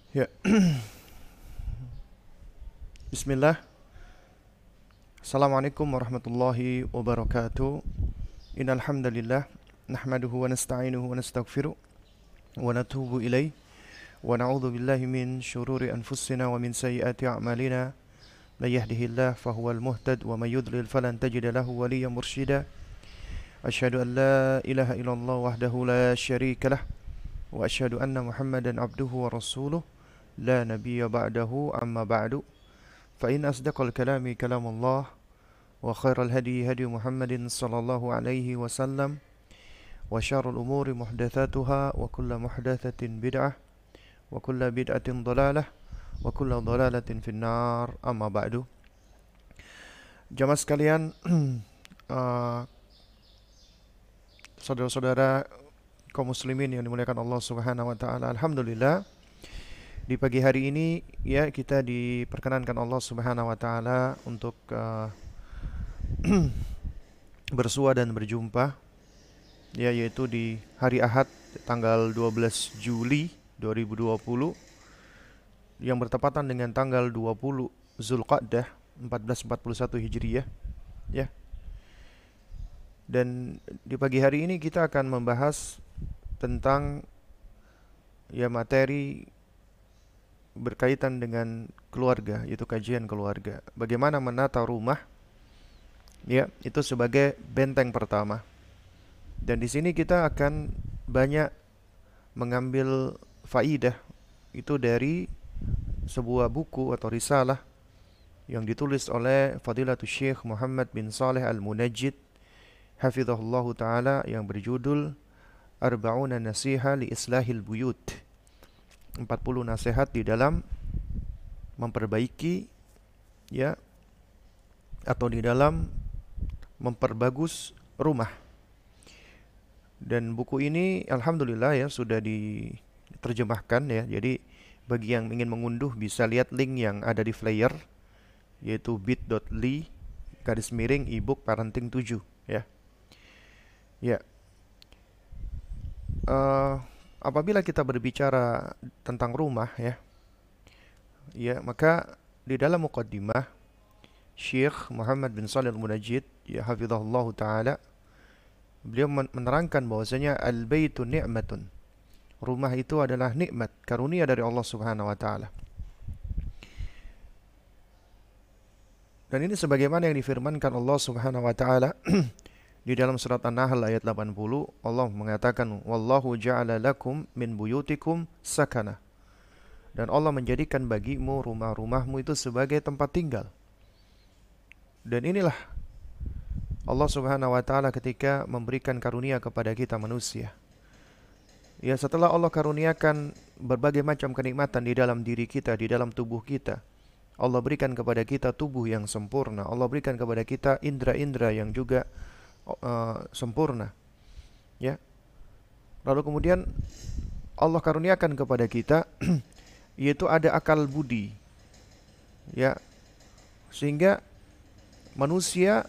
Ya, Bismillah. Assalamualaikum warahmatullahi wabarakatuh. Innal hamdalillah nahmaduhu wa nasta'inuhu wa nastaghfiruh wa natubu ilaih wa na'udzu billahi min syururi anfusina wa min sayyiati a'malina. May yahdihillahu fahuwal muhtad wa may yudlil falan tajida lahu waliyyan mursyida. Asyhadu an la ilaha illallah wahdahu la syarika lah wa asyhadu anna Muhammadan abduhu wa rasuluh la nabiyya ba'dahu amma ba'du. Fa in asdaqal kalami kalamullah wa khairal hadi hadi Muhammadin sallallahu alaihi wasallam wa syarrul umuri muhdatsatuha wa kullu muhdatsatin bid'ah wa kullu bid'atin dhalalah wa kullu dhalalatin finnar amma ba'du. Jamaah sekalian, uh, saudara-saudara kaum muslimin yang dimuliakan Allah Subhanahu wa taala, alhamdulillah di pagi hari ini ya kita diperkenankan Allah Subhanahu wa taala untuk bersua dan berjumpa ya, yaitu di hari Ahad tanggal 12 Juli 2020 yang bertepatan dengan tanggal 20 Zulqa'dah 1441 Hijriyah ya. Dan di pagi hari ini kita akan membahas tentang ya materi berkaitan dengan keluarga, yaitu kajian keluarga. Bagaimana menata rumah ya, itu sebagai benteng pertama. Dan di sini kita akan banyak mengambil faidah itu dari sebuah buku atau risalah yang ditulis oleh Fadilatul Syekh Muhammad bin Saleh Al-Munajjid hafizahullahu taala yang berjudul Arba'una Nasiha li Islahil Buyut. 40 nasihat di dalam memperbaiki ya, atau di dalam memperbagus rumah. Dan buku ini alhamdulillah ya sudah diterjemahkan ya. Jadi bagi yang ingin mengunduh bisa lihat link yang ada di flyer, yaitu bit.ly ebook parenting 7 ya. Ya. Apabila kita berbicara tentang rumah ya, maka di dalam muqaddimah Syekh Muhammad bin Shalih Al-Munajjid ya hafizahullah taala, beliau menerangkan bahwasanya al-baitu ni'matun. Rumah itu adalah nikmat, karunia dari Allah Subhanahu wa taala. Dan ini sebagaimana yang difirmankan Allah Subhanahu wa taala di dalam surat An-Nahl ayat 80, Allah mengatakan wallahu ja'ala lakum min buyutikum sakana. Dan Allah menjadikan bagimu rumah-rumahmu itu sebagai tempat tinggal. Dan inilah Allah Subhanahu wa taala ketika memberikan karunia kepada kita manusia. Ya, setelah Allah karuniakan berbagai macam kenikmatan di dalam diri kita, di dalam tubuh kita, Allah berikan kepada kita tubuh yang sempurna. Allah berikan kepada kita indera-indera yang juga sempurna. Ya. Lalu kemudian Allah karuniakan kepada kita yaitu ada akal budi. Ya. Sehingga manusia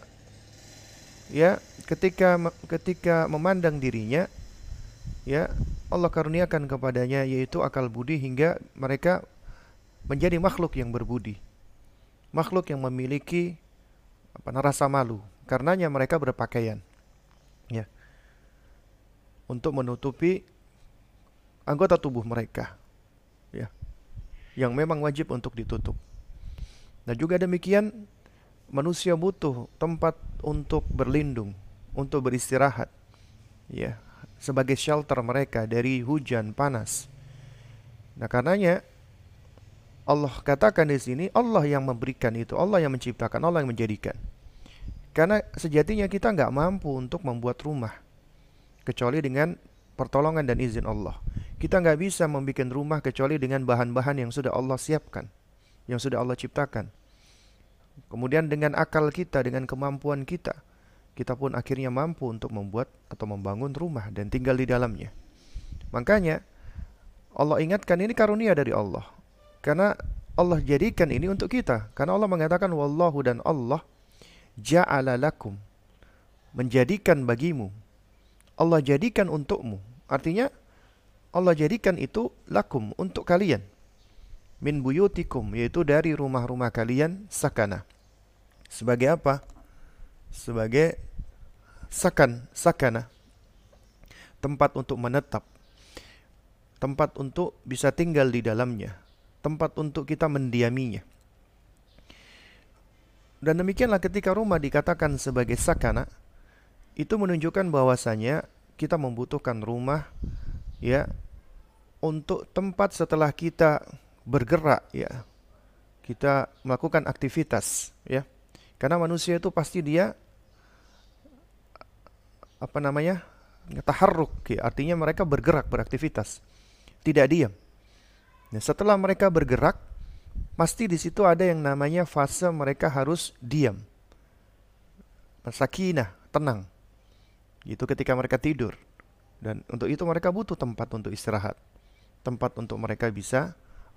ya ketika memandang dirinya ya, Allah karuniakan kepadanya yaitu akal budi hingga mereka menjadi makhluk yang berbudi. Makhluk yang memiliki rasa malu. Karenanya mereka berpakaian ya, untuk menutupi anggota tubuh mereka ya, yang memang wajib untuk ditutup. Nah juga demikian manusia butuh tempat untuk berlindung, untuk beristirahat ya, sebagai shelter mereka dari hujan panas. Nah karenanya Allah katakan di sini Allah yang memberikan itu, Allah yang menciptakan, Allah yang menjadikan. Karena sejatinya kita nggak mampu untuk membuat rumah kecuali dengan pertolongan dan izin Allah. Kita nggak bisa membuat rumah kecuali dengan bahan-bahan yang sudah Allah siapkan, yang sudah Allah ciptakan. Kemudian dengan akal kita, dengan kemampuan kita, kita pun akhirnya mampu untuk membuat atau membangun rumah dan tinggal di dalamnya. Makanya Allah ingatkan ini karunia dari Allah. Karena Allah jadikan ini untuk kita. Karena Allah mengatakan wallahu, dan Allah ja'ala lakum, menjadikan bagimu. Allah jadikan untukmu. Artinya Allah jadikan itu lakum, untuk kalian. min buyutikum, yaitu dari rumah-rumah kalian, sakana. Sebagai apa? Sebagai sakana, tempat untuk menetap, tempat untuk bisa tinggal di dalamnya, tempat untuk kita mendiaminya. Dan demikianlah ketika rumah dikatakan sebagai sakana, itu menunjukkan bahwasanya kita membutuhkan rumah, ya, untuk tempat setelah kita bergerak, ya, kita melakukan aktivitas, ya. Karena manusia itu pasti dia taharruk, ya, artinya mereka bergerak, beraktivitas, tidak diam. Nah, setelah mereka bergerak, pasti di situ ada yang namanya fase mereka harus diam. Sakinah, tenang. Itu ketika mereka tidur. Dan untuk itu mereka butuh tempat untuk istirahat. Tempat untuk mereka bisa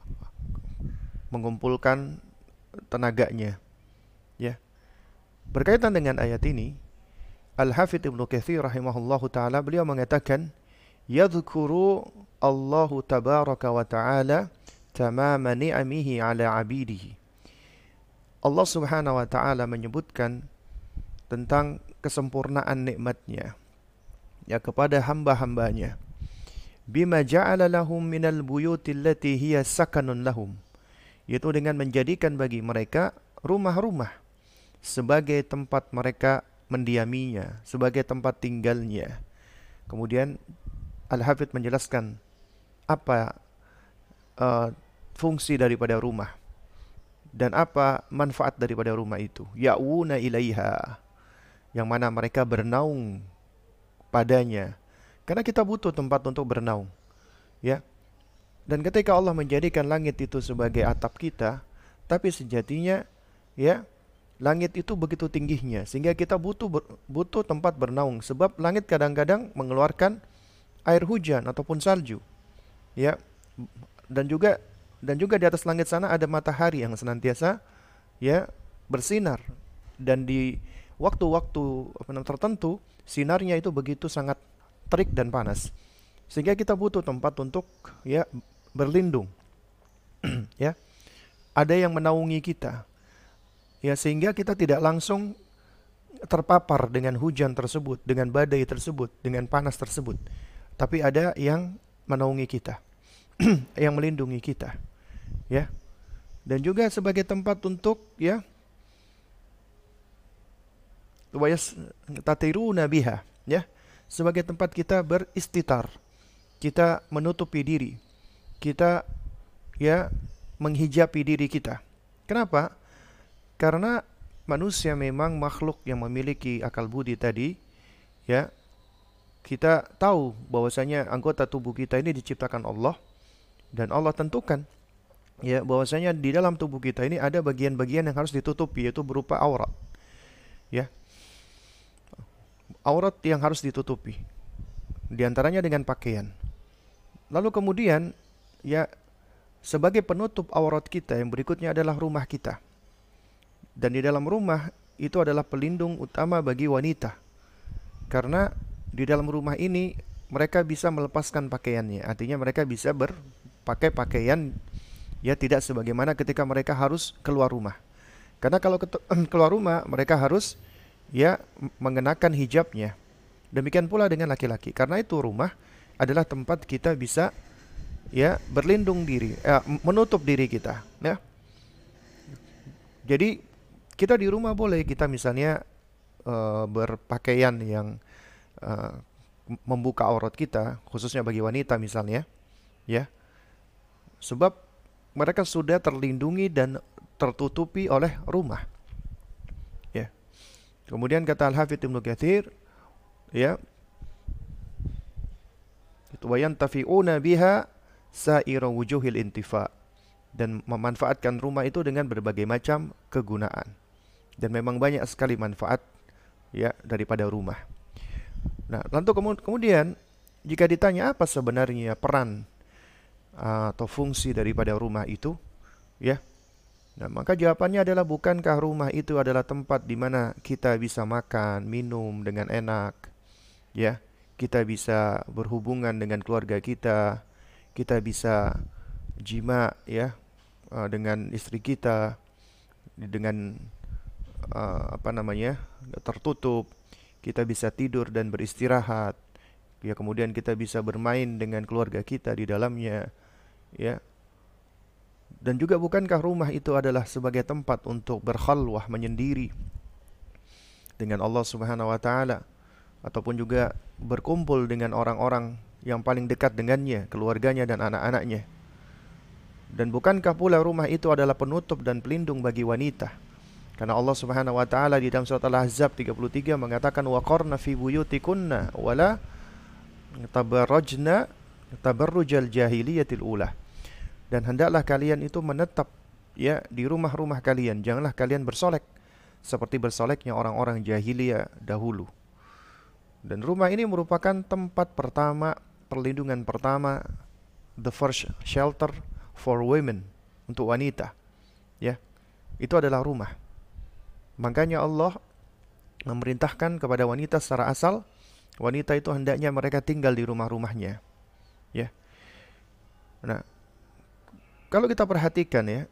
mengumpulkan tenaganya. Ya. Berkaitan dengan ayat ini, Al-Hafidz Ibnu Katsir rahimahullahu taala beliau mengatakan, yadhkuru Allahu tabaraka wa ta'ala tamama ni'amihi ala 'abidihi. Allah Subhanahu wa taala menyebutkan tentang kesempurnaan nikmatnya, ya, kepada hamba-hambanya. Bima ja'ala lahum minal buyuti allati hiya sakanun lahum, yaitu dengan menjadikan bagi mereka rumah-rumah sebagai tempat mereka mendiaminya, sebagai tempat tinggalnya. Kemudian Al-Hafidz menjelaskan apa fungsi daripada rumah dan apa manfaat daripada rumah itu. Ya'una ilaiha, yang mana mereka bernaung padanya. Karena kita butuh tempat untuk bernaung, ya. Dan ketika Allah menjadikan langit itu sebagai atap kita, tapi sejatinya, ya, langit itu begitu tingginya sehingga kita butuh tempat bernaung, sebab langit kadang-kadang mengeluarkan air hujan ataupun salju, ya. Dan juga di atas langit sana ada matahari yang senantiasa, ya, bersinar, dan di waktu-waktu tertentu sinarnya itu begitu sangat terik dan panas, sehingga kita butuh tempat untuk, ya, berlindung. Ya, ada yang menaungi kita, ya, sehingga kita tidak langsung terpapar dengan hujan tersebut, dengan badai tersebut, dengan panas tersebut, tapi ada yang menaungi kita, yang melindungi kita, ya. Dan juga sebagai tempat untuk, ya, tatiruna biha, ya, sebagai tempat kita beristitar, kita menutupi diri, kita, ya, menghijabi diri kita. Kenapa? Karena manusia memang makhluk yang memiliki akal budi tadi, ya. Kita tahu bahwasanya anggota tubuh kita ini diciptakan Allah, dan Allah tentukan, ya, bahwasanya di dalam tubuh kita ini ada bagian-bagian yang harus ditutupi, yaitu berupa aurat, ya. Aurat yang harus ditutupi, diantaranya dengan pakaian. Lalu kemudian, ya, sebagai penutup aurat kita yang berikutnya adalah rumah kita. Dan di dalam rumah itu adalah pelindung utama bagi wanita, karena di dalam rumah ini mereka bisa melepaskan pakaiannya, artinya mereka bisa berpakai pakaian, ya, tidak sebagaimana ketika mereka harus keluar rumah. Karena kalau keluar rumah mereka harus, ya, mengenakan hijabnya. Demikian pula dengan laki-laki. Karena itu rumah adalah tempat kita bisa, ya, berlindung diri, menutup diri kita, ya. Jadi kita di rumah boleh kita misalnya berpakaian yang membuka aurat kita, khususnya bagi wanita misalnya, ya. Sebab mereka sudah terlindungi dan tertutupi oleh rumah, ya. Kemudian kata Al-Hafidz Ibnu Katsir, ya, itu wa yantafi'una biha sa'ira wujuhil intifa, dan memanfaatkan rumah itu dengan berbagai macam kegunaan. Dan memang banyak sekali manfaat, ya, daripada rumah. Nah, lalu kemudian jika ditanya apa sebenarnya peran atau fungsi daripada rumah itu, ya, nah, maka jawabannya adalah, bukankah rumah itu adalah tempat di mana kita bisa makan, minum dengan enak, ya, kita bisa berhubungan dengan keluarga kita bisa jima, ya, dengan istri kita dengan tertutup, kita bisa tidur dan beristirahat, ya, kemudian kita bisa bermain dengan keluarga kita di dalamnya, ya. Dan juga bukankah rumah itu adalah sebagai tempat untuk berkhalwah, menyendiri dengan Allah Subhanahu wa taala, ataupun juga berkumpul dengan orang-orang yang paling dekat dengannya, keluarganya dan anak-anaknya. Dan bukankah pula rumah itu adalah penutup dan pelindung bagi wanita? Karena Allah Subhanahu wa taala di dalam surat Al-Ahzab 33 mengatakan waqarna fi buyutikunna wala tabarrajna tabarrujal jahiliyatil ula. Dan hendaklah kalian itu menetap, ya, di rumah-rumah kalian, janganlah kalian bersolek seperti bersoleknya orang-orang jahiliyah dahulu. Dan rumah ini merupakan tempat pertama, perlindungan pertama, the first shelter for women, untuk wanita, ya. Itu adalah rumah. Makanya Allah memerintahkan kepada wanita secara asal, wanita itu hendaknya mereka tinggal di rumah-rumahnya, ya. Nah, kalau kita perhatikan, ya,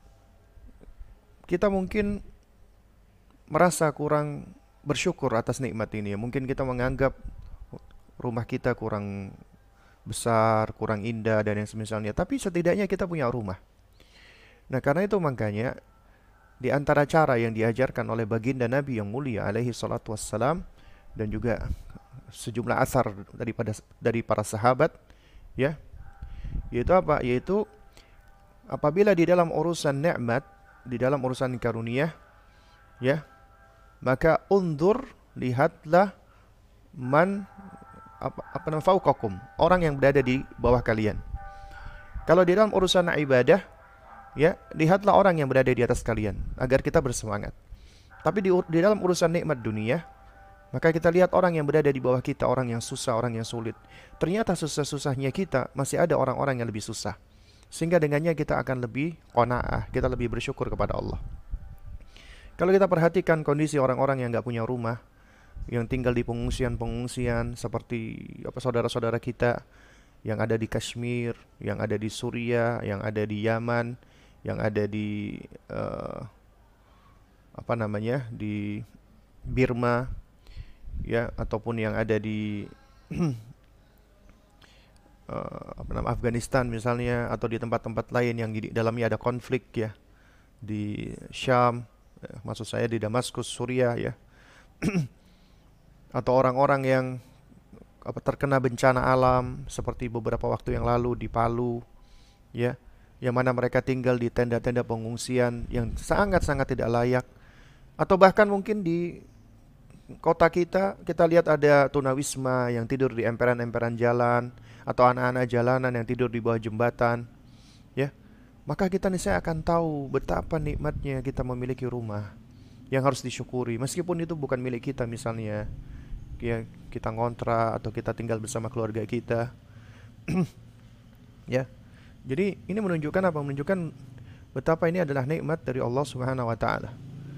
kita mungkin merasa kurang bersyukur atas nikmat ini, ya. Mungkin kita menganggap rumah kita kurang besar, kurang indah dan yang semisalnya, tapi setidaknya kita punya rumah. Nah, karena itu makanya di antara cara yang diajarkan oleh baginda Nabi yang mulia alaihi salatu wassalam, dan juga sejumlah asar dari para sahabat, ya, yaitu apa? Yaitu apabila di dalam urusan nikmat, di dalam urusan karunia, ya, maka undur, lihatlah man fauqakum, orang yang berada di bawah kalian. Kalau di dalam urusan ibadah, ya, lihatlah orang yang berada di atas kalian agar kita bersemangat. Tapi di dalam urusan nikmat dunia, maka kita lihat orang yang berada di bawah kita, orang yang susah, orang yang sulit. Ternyata susah-susahnya kita masih ada orang-orang yang lebih susah, sehingga dengannya kita akan lebih qanaah, kita lebih bersyukur kepada Allah. Kalau kita perhatikan kondisi orang-orang yang nggak punya rumah, yang tinggal di pengungsian-pengungsian, seperti saudara-saudara kita yang ada di Kashmir, yang ada di Suriah, yang ada di Yaman, yang ada di di Birma, ya, ataupun yang ada di Afghanistan misalnya, atau di tempat-tempat lain yang di dalamnya ada konflik, ya, di Syam, maksud saya di Damaskus, Suriah, ya. Atau orang-orang yang terkena bencana alam seperti beberapa waktu yang lalu di Palu, ya, yang mana mereka tinggal di tenda-tenda pengungsian yang sangat-sangat tidak layak. Atau bahkan mungkin di kota kita lihat ada tunawisma yang tidur di emperan-emperan jalan, atau anak-anak jalanan yang tidur di bawah jembatan, ya. Maka kita niscaya akan tahu betapa nikmatnya kita memiliki rumah yang harus disyukuri, meskipun itu bukan milik kita, misalnya, ya, kita ngontrak atau kita tinggal bersama keluarga kita. Ya. Jadi ini menunjukkan apa? Menunjukkan betapa ini adalah nikmat dari Allah Subhanahu wa taala.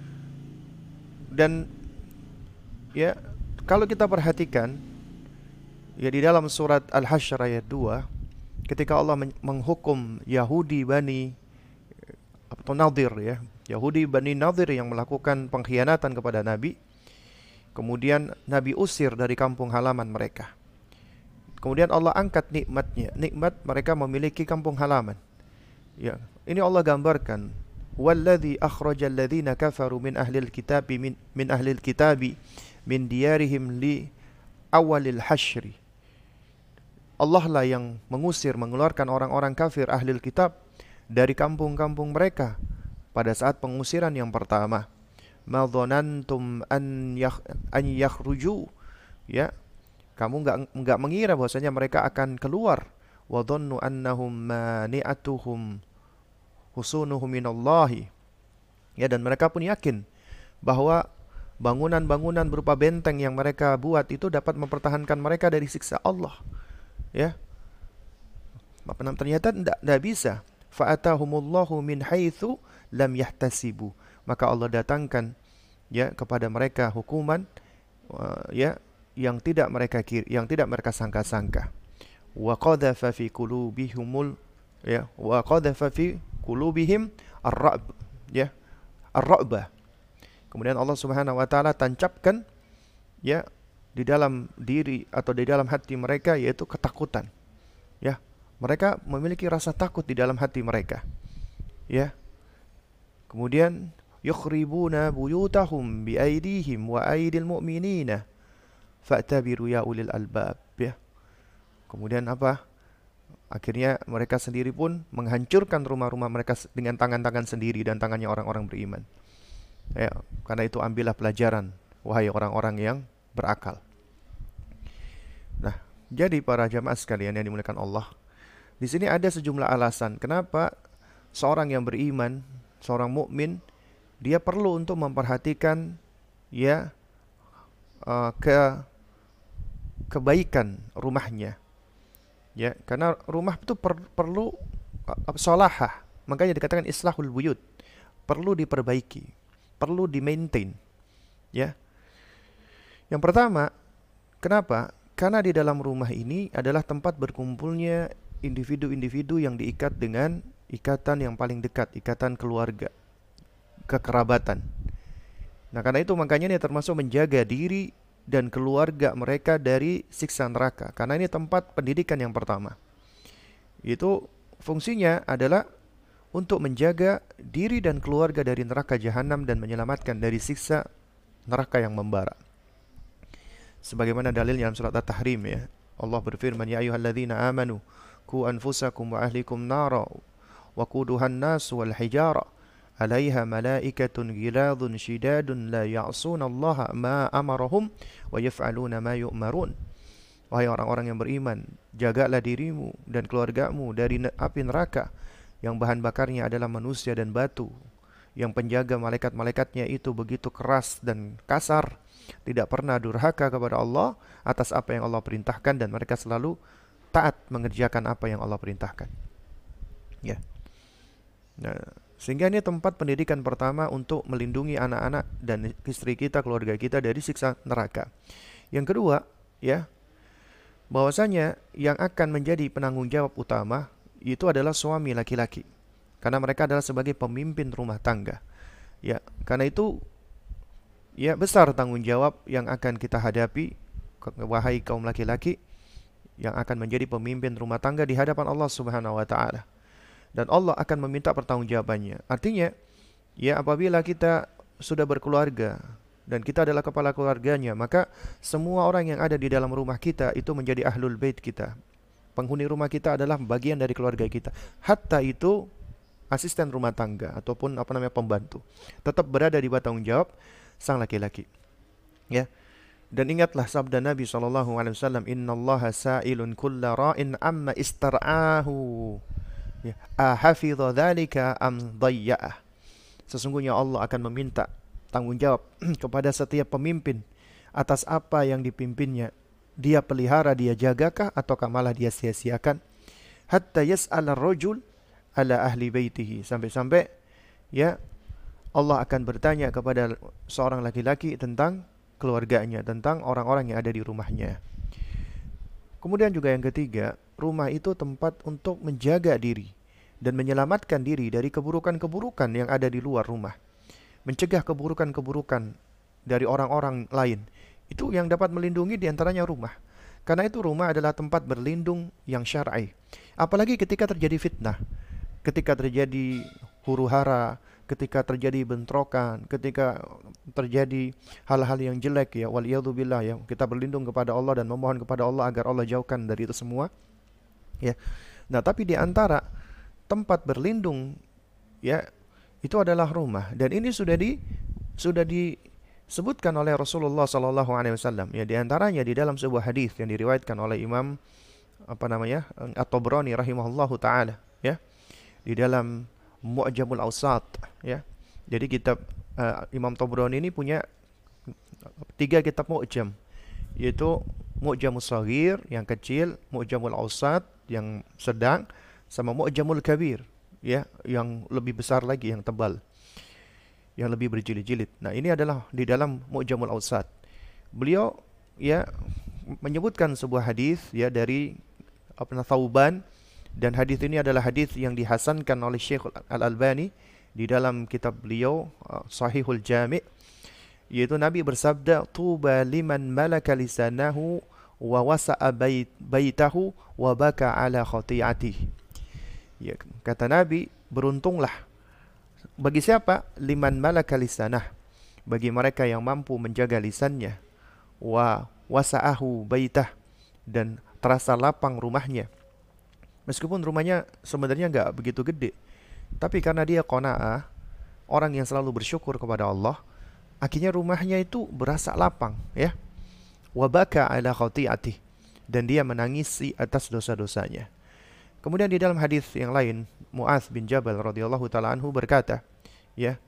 Dan, ya, kalau kita perhatikan, ya, di dalam surat Al-Hasyr ayat 2, ketika Allah menghukum Yahudi Bani atau Nadir, ya, Yahudi Bani Nadir yang melakukan pengkhianatan kepada Nabi, kemudian Nabi usir dari kampung halaman mereka. Kemudian Allah angkat nikmatnya, nikmat mereka memiliki kampung halaman. Ya, ini Allah gambarkan, "Walladzi akhrajal ladzina kafaru min ahlil kitabi min ahlil kitabi min diyarihim li awalil hasyri." Allah lah yang mengusir, mengeluarkan orang-orang kafir ahlil kitab dari kampung-kampung mereka pada saat pengusiran yang pertama. Ma dhanantum an yakhruju, ya, kamu enggak mengira bahwasanya mereka akan keluar. Wa dhannu annahum mani'atuhum husunuhum minallahi, ya, dan mereka pun yakin bahwa bangunan-bangunan berupa benteng yang mereka buat itu dapat mempertahankan mereka dari siksa Allah, ya. Ternyata tidak bisa. Fa'atahumullahu min haitsu lam yahtasibu, maka Allah datangkan, ya, kepada mereka hukuman, ya, yang tidak mereka sangka-sangka. Wa qadhafa fi qulubihimul, ya, wa qadhafa fi qulubihim ar-ra'b, ya, ar-ra'bah. Kemudian Allah Subhanahu wa taala tancapkan, ya, di dalam diri atau di dalam hati mereka, yaitu ketakutan. Ya, mereka memiliki rasa takut di dalam hati mereka. Ya. Kemudian yukhribuna buyutahum biaidihim wa aidil mu'minina fa'tabiru ya ulil albab, ya. Kemudian apa? Akhirnya mereka sendiri pun menghancurkan rumah-rumah mereka dengan tangan-tangan sendiri dan tangannya orang-orang beriman. Ya, karena itu ambillah pelajaran, wahai orang-orang yang berakal. Nah, jadi para jamaah sekalian yang dimuliakan Allah, di sini ada sejumlah alasan kenapa seorang yang beriman, seorang mukmin, dia perlu untuk memperhatikan, ya, kebaikan rumahnya. Ya, karena rumah itu perlu salahah. Makanya dikatakan islahul buyut. Perlu diperbaiki, perlu di-maintain. Ya. Yang pertama, kenapa? Karena di dalam rumah ini adalah tempat berkumpulnya individu-individu yang diikat dengan ikatan yang paling dekat, ikatan keluarga, kekerabatan. Nah, karena itu makanya ini termasuk menjaga diri dan keluarga mereka dari siksa neraka. Karena ini tempat pendidikan yang pertama. Itu fungsinya adalah untuk menjaga diri dan keluarga dari neraka jahanam dan menyelamatkan dari siksa neraka yang membara. Sebagaimana dalilnya dalam surat At-Tahrim, ya. Allah berfirman, ya ayyuhalladzina amanu qu anfusakum wa ahlikum nara wa quduhan nas wal hijara 'alaiha malaikatun ghiladun shidadun la ya'sunallaha ma amarahum wa yaf'aluna ma yu'marun. Wahai orang-orang yang beriman, jagalah dirimu dan keluargamu dari api neraka yang bahan bakarnya adalah manusia dan batu, yang penjaga malaikat-malaikatnya itu begitu keras dan kasar, tidak pernah durhaka kepada Allah atas apa yang Allah perintahkan, dan mereka selalu taat mengerjakan apa yang Allah perintahkan. Ya. Nah, sehingga ini tempat pendidikan pertama untuk melindungi anak-anak dan istri kita, keluarga kita dari siksa neraka. Yang kedua, ya, bahwasanya yang akan menjadi penanggung jawab utama itu adalah suami laki-laki. Karena mereka adalah sebagai pemimpin rumah tangga. Ya, karena itu, ya, besar tanggung jawab yang akan kita hadapi, wahai kaum laki-laki yang akan menjadi pemimpin rumah tangga di hadapan Allah Subhanahu wa taala. Dan Allah akan meminta pertanggungjawabannya. Artinya, ya, apabila kita sudah berkeluarga dan kita adalah kepala keluarganya, maka semua orang yang ada di dalam rumah kita itu menjadi ahlul bait kita. Penghuni rumah kita adalah bagian dari keluarga kita. Hatta itu asisten rumah tangga ataupun pembantu tetap berada di bawah tanggung jawab sang laki-laki. Ya. Dan ingatlah sabda Nabi SAW, innallaha sa'ilun kulla ra'in amma istar'ahu. Ya, ahafidha dzalika am dhayya'ah. Sesungguhnya Allah akan meminta tanggung jawab kepada setiap pemimpin atas apa yang dipimpinnya. Dia pelihara, dia jagakah, ataukah malah dia sia-siakan? Hatta yas'ala ar-rajul ala ahli baitihi. Sampai-sampai, ya, Allah akan bertanya kepada seorang laki-laki tentang keluarganya, tentang orang-orang yang ada di rumahnya. Kemudian juga yang ketiga, rumah itu tempat untuk menjaga diri dan menyelamatkan diri dari keburukan-keburukan yang ada di luar rumah. Mencegah keburukan-keburukan dari orang-orang lain. Itu yang dapat melindungi diantaranya rumah. Karena itu rumah adalah tempat berlindung yang syar'i. Apalagi ketika terjadi fitnah, ketika terjadi huru-hara, ketika terjadi bentrokan, ketika terjadi hal-hal yang jelek, ya, waliyadzubillah, ya, kita berlindung kepada Allah dan memohon kepada Allah agar Allah jauhkan dari itu semua. Ya. Nah, tapi di antara tempat berlindung, ya, itu adalah rumah, dan ini sudah disebutkan oleh Rasulullah SAW. Ya, di antaranya di dalam sebuah hadis yang diriwayatkan oleh Imam At-Tabrani rahimahullahu taala, ya, di dalam Mu'jamul Awsat, ya. Jadi kitab Imam Tabrani ini punya 3 kitab mu'jam, yaitu Mu'jamus Shaghir yang kecil, Mu'jamul Awsat yang sedang, sama Mu'jamul Kabir, ya, yang lebih besar lagi, yang tebal, yang lebih berjilid-jilid. Nah, ini adalah di dalam Mu'jamul Awsat. Beliau, ya, menyebutkan sebuah hadis, ya, dari Thauban Dan hadis ini adalah hadis yang dihasankan oleh Syekh Al-Albani di dalam kitab beliau Sahihul Jami', yaitu Nabi bersabda, tuba liman malaka lisanahu wa wasa'a baitahu wa baka ala khati'atihi. Ya, kata Nabi, beruntunglah bagi siapa? Liman malaka lisanah, bagi mereka yang mampu menjaga lisannya, wa wasa'ahu baitah, dan terasa lapang rumahnya. Meskipun rumahnya sebenarnya nggak begitu gede, tapi karena dia qanaah, orang yang selalu bersyukur kepada Allah, akhirnya rumahnya itu berasa lapang, ya. Wa baka ala khati'atih, dan dia menangisi atas dosa-dosanya. Kemudian di dalam hadis yang lain, Mu'adz bin Jabal radhiyallahu taala anhu berkata, ya,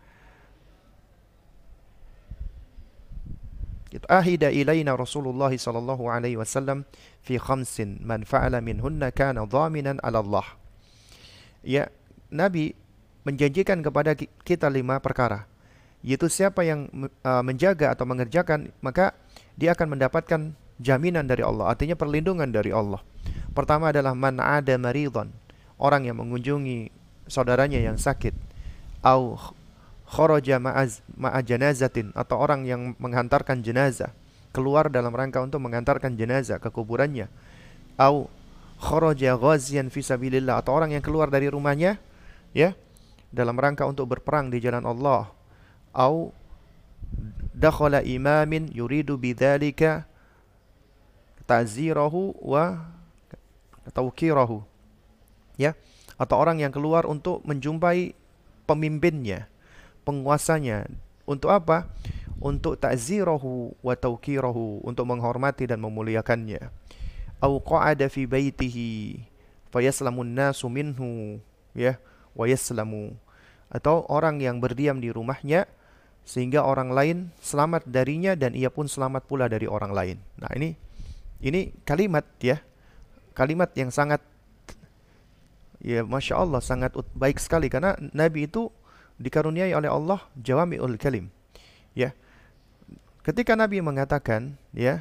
ahida ilaina Rasulullah sallallahu alaihi wasallam fi khamsin man fa'ala minhunna kana dhaminan 'ala Allah. Ya, Nabi menjanjikan kepada kita 5 perkara, yaitu siapa yang menjaga atau mengerjakan, maka dia akan mendapatkan jaminan dari Allah, artinya perlindungan dari Allah. Pertama adalah man 'ada maridhan, orang yang mengunjungi saudaranya yang sakit, au kharaja ma'a janazatin, atau orang yang menghantarkan jenazah, keluar dalam rangka untuk menghantarkan jenazah ke kuburannya, au kharaja ghaziyan fi sabilillah, atau orang yang keluar dari rumahnya, ya, dalam rangka untuk berperang di jalan Allah, au dakhala imamin yuridu bidzalika ta'zirahu wa tawqirahu, ya, atau orang yang keluar untuk menjumpai pemimpinnya, penguasanya, untuk apa? Untuk ta'zirahu wa tawqirahu, untuk menghormati dan memuliakannya. Au qa'ada fi baitihi fayaslamun nasu minhu, ya, wa yaslamu, atau orang yang berdiam di rumahnya sehingga orang lain selamat darinya dan ia pun selamat pula dari orang lain. Nah, ini kalimat, ya, kalimat yang sangat, ya, Masya Allah, sangat baik sekali, karena Nabi itu dikaruniai oleh Allah jawami'ul kalim, ya. Ketika Nabi mengatakan, ya,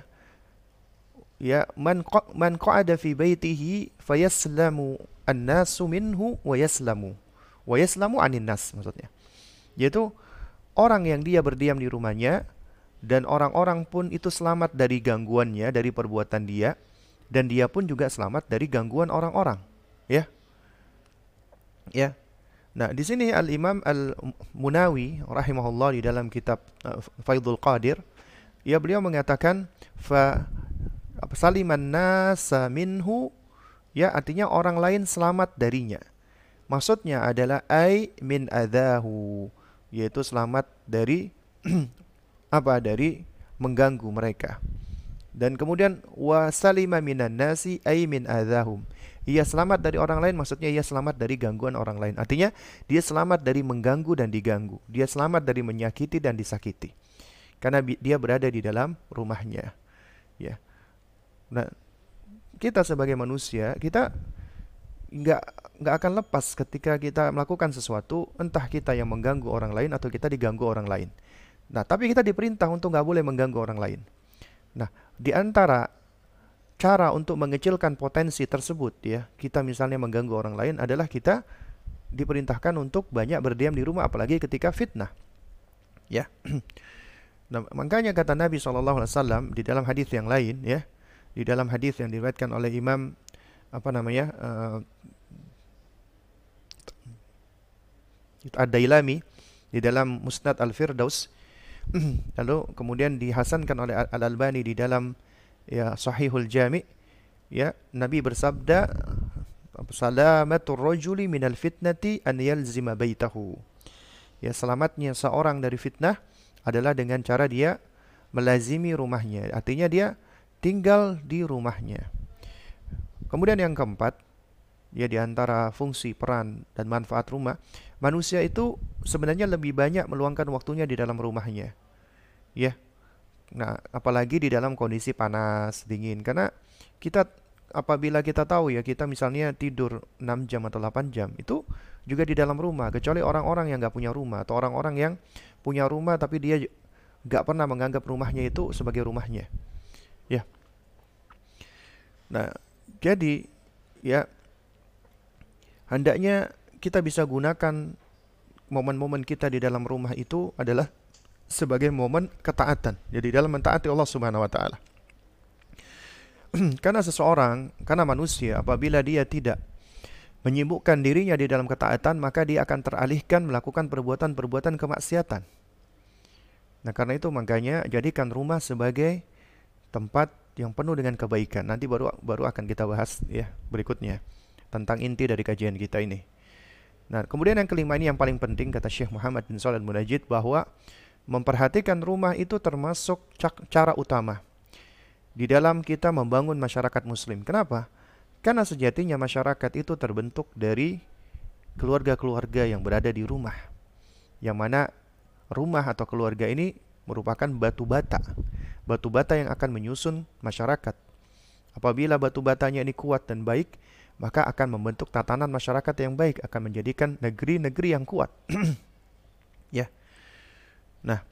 man qa'ada fi baitihi fayaslamu an-nasu minhu wa yaslamu anin nas, maksudnya yaitu orang yang dia berdiam di rumahnya dan orang-orang pun itu selamat dari gangguannya, dari perbuatan dia, dan dia pun juga selamat dari gangguan orang-orang, ya. Ya. Nah, di sini Al-Imam Al-Munawi rahimahullah di dalam kitab Faidul Qadir, ya, beliau mengatakan saliman nasa minhu, ya, artinya orang lain selamat darinya. Maksudnya adalah ai min adahu, yaitu selamat dari apa? Dari mengganggu mereka. Dan kemudian wa salima minan nasi ay min adahum, ia selamat dari orang lain, maksudnya ia selamat dari gangguan orang lain. Artinya dia selamat dari mengganggu dan diganggu, dia selamat dari menyakiti dan disakiti, karena dia berada di dalam rumahnya, ya. Nah, kita sebagai manusia, kita nggak akan lepas ketika kita melakukan sesuatu, entah kita yang mengganggu orang lain atau kita diganggu orang lain. Nah, tapi kita diperintah untuk nggak boleh mengganggu orang lain. Nah, di antara cara untuk mengecilkan potensi tersebut, ya, kita misalnya mengganggu orang lain, adalah kita diperintahkan untuk banyak berdiam di rumah, apalagi ketika fitnah, ya. Nah, makanya kata Nabi SAW di dalam hadis yang lain, ya, di dalam hadis yang diriwayatkan oleh Imam Ad-Dailami di dalam Musnad Al-Firdaus, lalu kemudian dihasankan oleh Al-Albani di dalam, ya, Sahihul Jami', ya, Nabi bersabda, salamatur rajuli minal fitnati an yalzima baitahu, ya, selamatnya seorang dari fitnah adalah dengan cara dia melazimi rumahnya, artinya dia tinggal di rumahnya. Kemudian yang keempat, ya, di antara fungsi, peran, dan manfaat rumah, manusia itu sebenarnya lebih banyak meluangkan waktunya di dalam rumahnya, ya. Nah, apalagi di dalam kondisi panas, dingin, karena kita, apabila kita tahu, ya, kita misalnya tidur 6 jam atau 8 jam, itu juga di dalam rumah, kecuali orang-orang yang nggak punya rumah, atau orang-orang yang punya rumah tapi dia nggak pernah menganggap rumahnya itu sebagai rumahnya, ya. Nah, jadi, ya, hendaknya kita bisa gunakan momen-momen kita di dalam rumah itu adalah sebagai momen ketaatan. Jadi dalam mentaati Allah Subhanahu wa taala. Karena manusia apabila dia tidak menyibukkan dirinya di dalam ketaatan, maka dia akan teralihkan melakukan perbuatan-perbuatan kemaksiatan. Nah, karena itu makanya jadikan rumah sebagai tempat yang penuh dengan kebaikan. Nanti baru akan kita bahas ya berikutnya tentang inti dari kajian kita ini. Nah, kemudian yang kelima ini yang paling penting, kata Syekh Muhammad bin Shalih Al-Munajjid, bahwa memperhatikan rumah itu termasuk cara utama di dalam kita membangun masyarakat muslim. Kenapa? Karena sejatinya masyarakat itu terbentuk dari keluarga-keluarga yang berada di rumah. Yang mana rumah atau keluarga ini merupakan batu bata. Batu bata yang akan menyusun masyarakat. Apabila batu batanya ini kuat dan baik, maka akan membentuk tatanan masyarakat yang baik, akan menjadikan negeri-negeri yang kuat. Ya. Nah,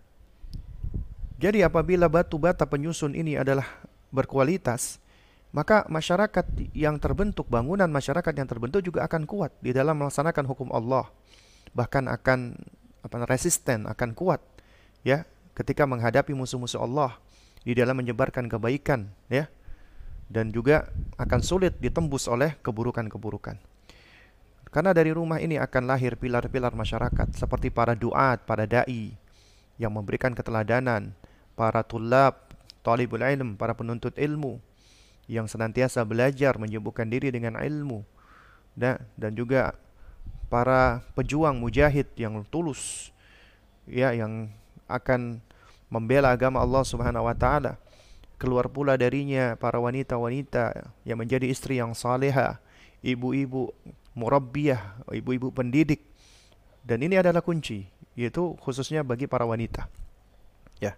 jadi apabila batu bata penyusun ini adalah berkualitas, maka masyarakat yang terbentuk, bangunan masyarakat yang terbentuk juga akan kuat di dalam melaksanakan hukum Allah. Bahkan akan resisten, akan kuat ya ketika menghadapi musuh-musuh Allah di dalam menyebarkan kebaikan ya. Dan juga akan sulit ditembus oleh keburukan-keburukan. Karena dari rumah ini akan lahir pilar-pilar masyarakat seperti para duat, para dai yang memberikan keteladanan, para tulab, talibul ilm, para penuntut ilmu yang senantiasa belajar menyibukkan diri dengan ilmu, dan juga para pejuang mujahid yang tulus ya, yang akan membela agama Allah Subhanahu wa taala. Keluar pula darinya para wanita-wanita yang menjadi istri yang salehah, ibu-ibu murabbiyah, ibu-ibu pendidik. Dan ini adalah kunci, yaitu khususnya bagi para wanita. Ya.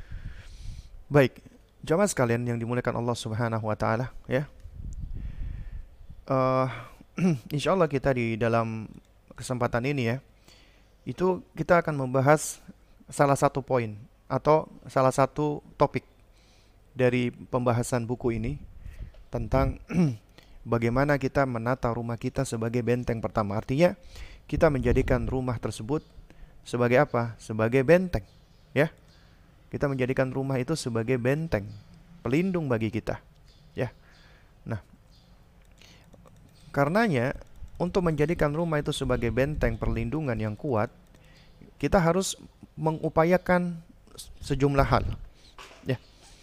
Baik, jamaah sekalian yang dimuliakan Allah Subhanahu wa taala, ya. Insyaallah kita di dalam kesempatan ini ya, itu kita akan membahas salah satu poin atau salah satu topik dari pembahasan buku ini tentang bagaimana kita menata rumah kita sebagai benteng pertama. Artinya kita menjadikan rumah tersebut sebagai apa? Sebagai benteng, ya. Kita menjadikan rumah itu sebagai benteng, pelindung bagi kita, ya. Nah, karenanya untuk menjadikan rumah itu sebagai benteng perlindungan yang kuat, kita harus mengupayakan sejumlah hal, ya.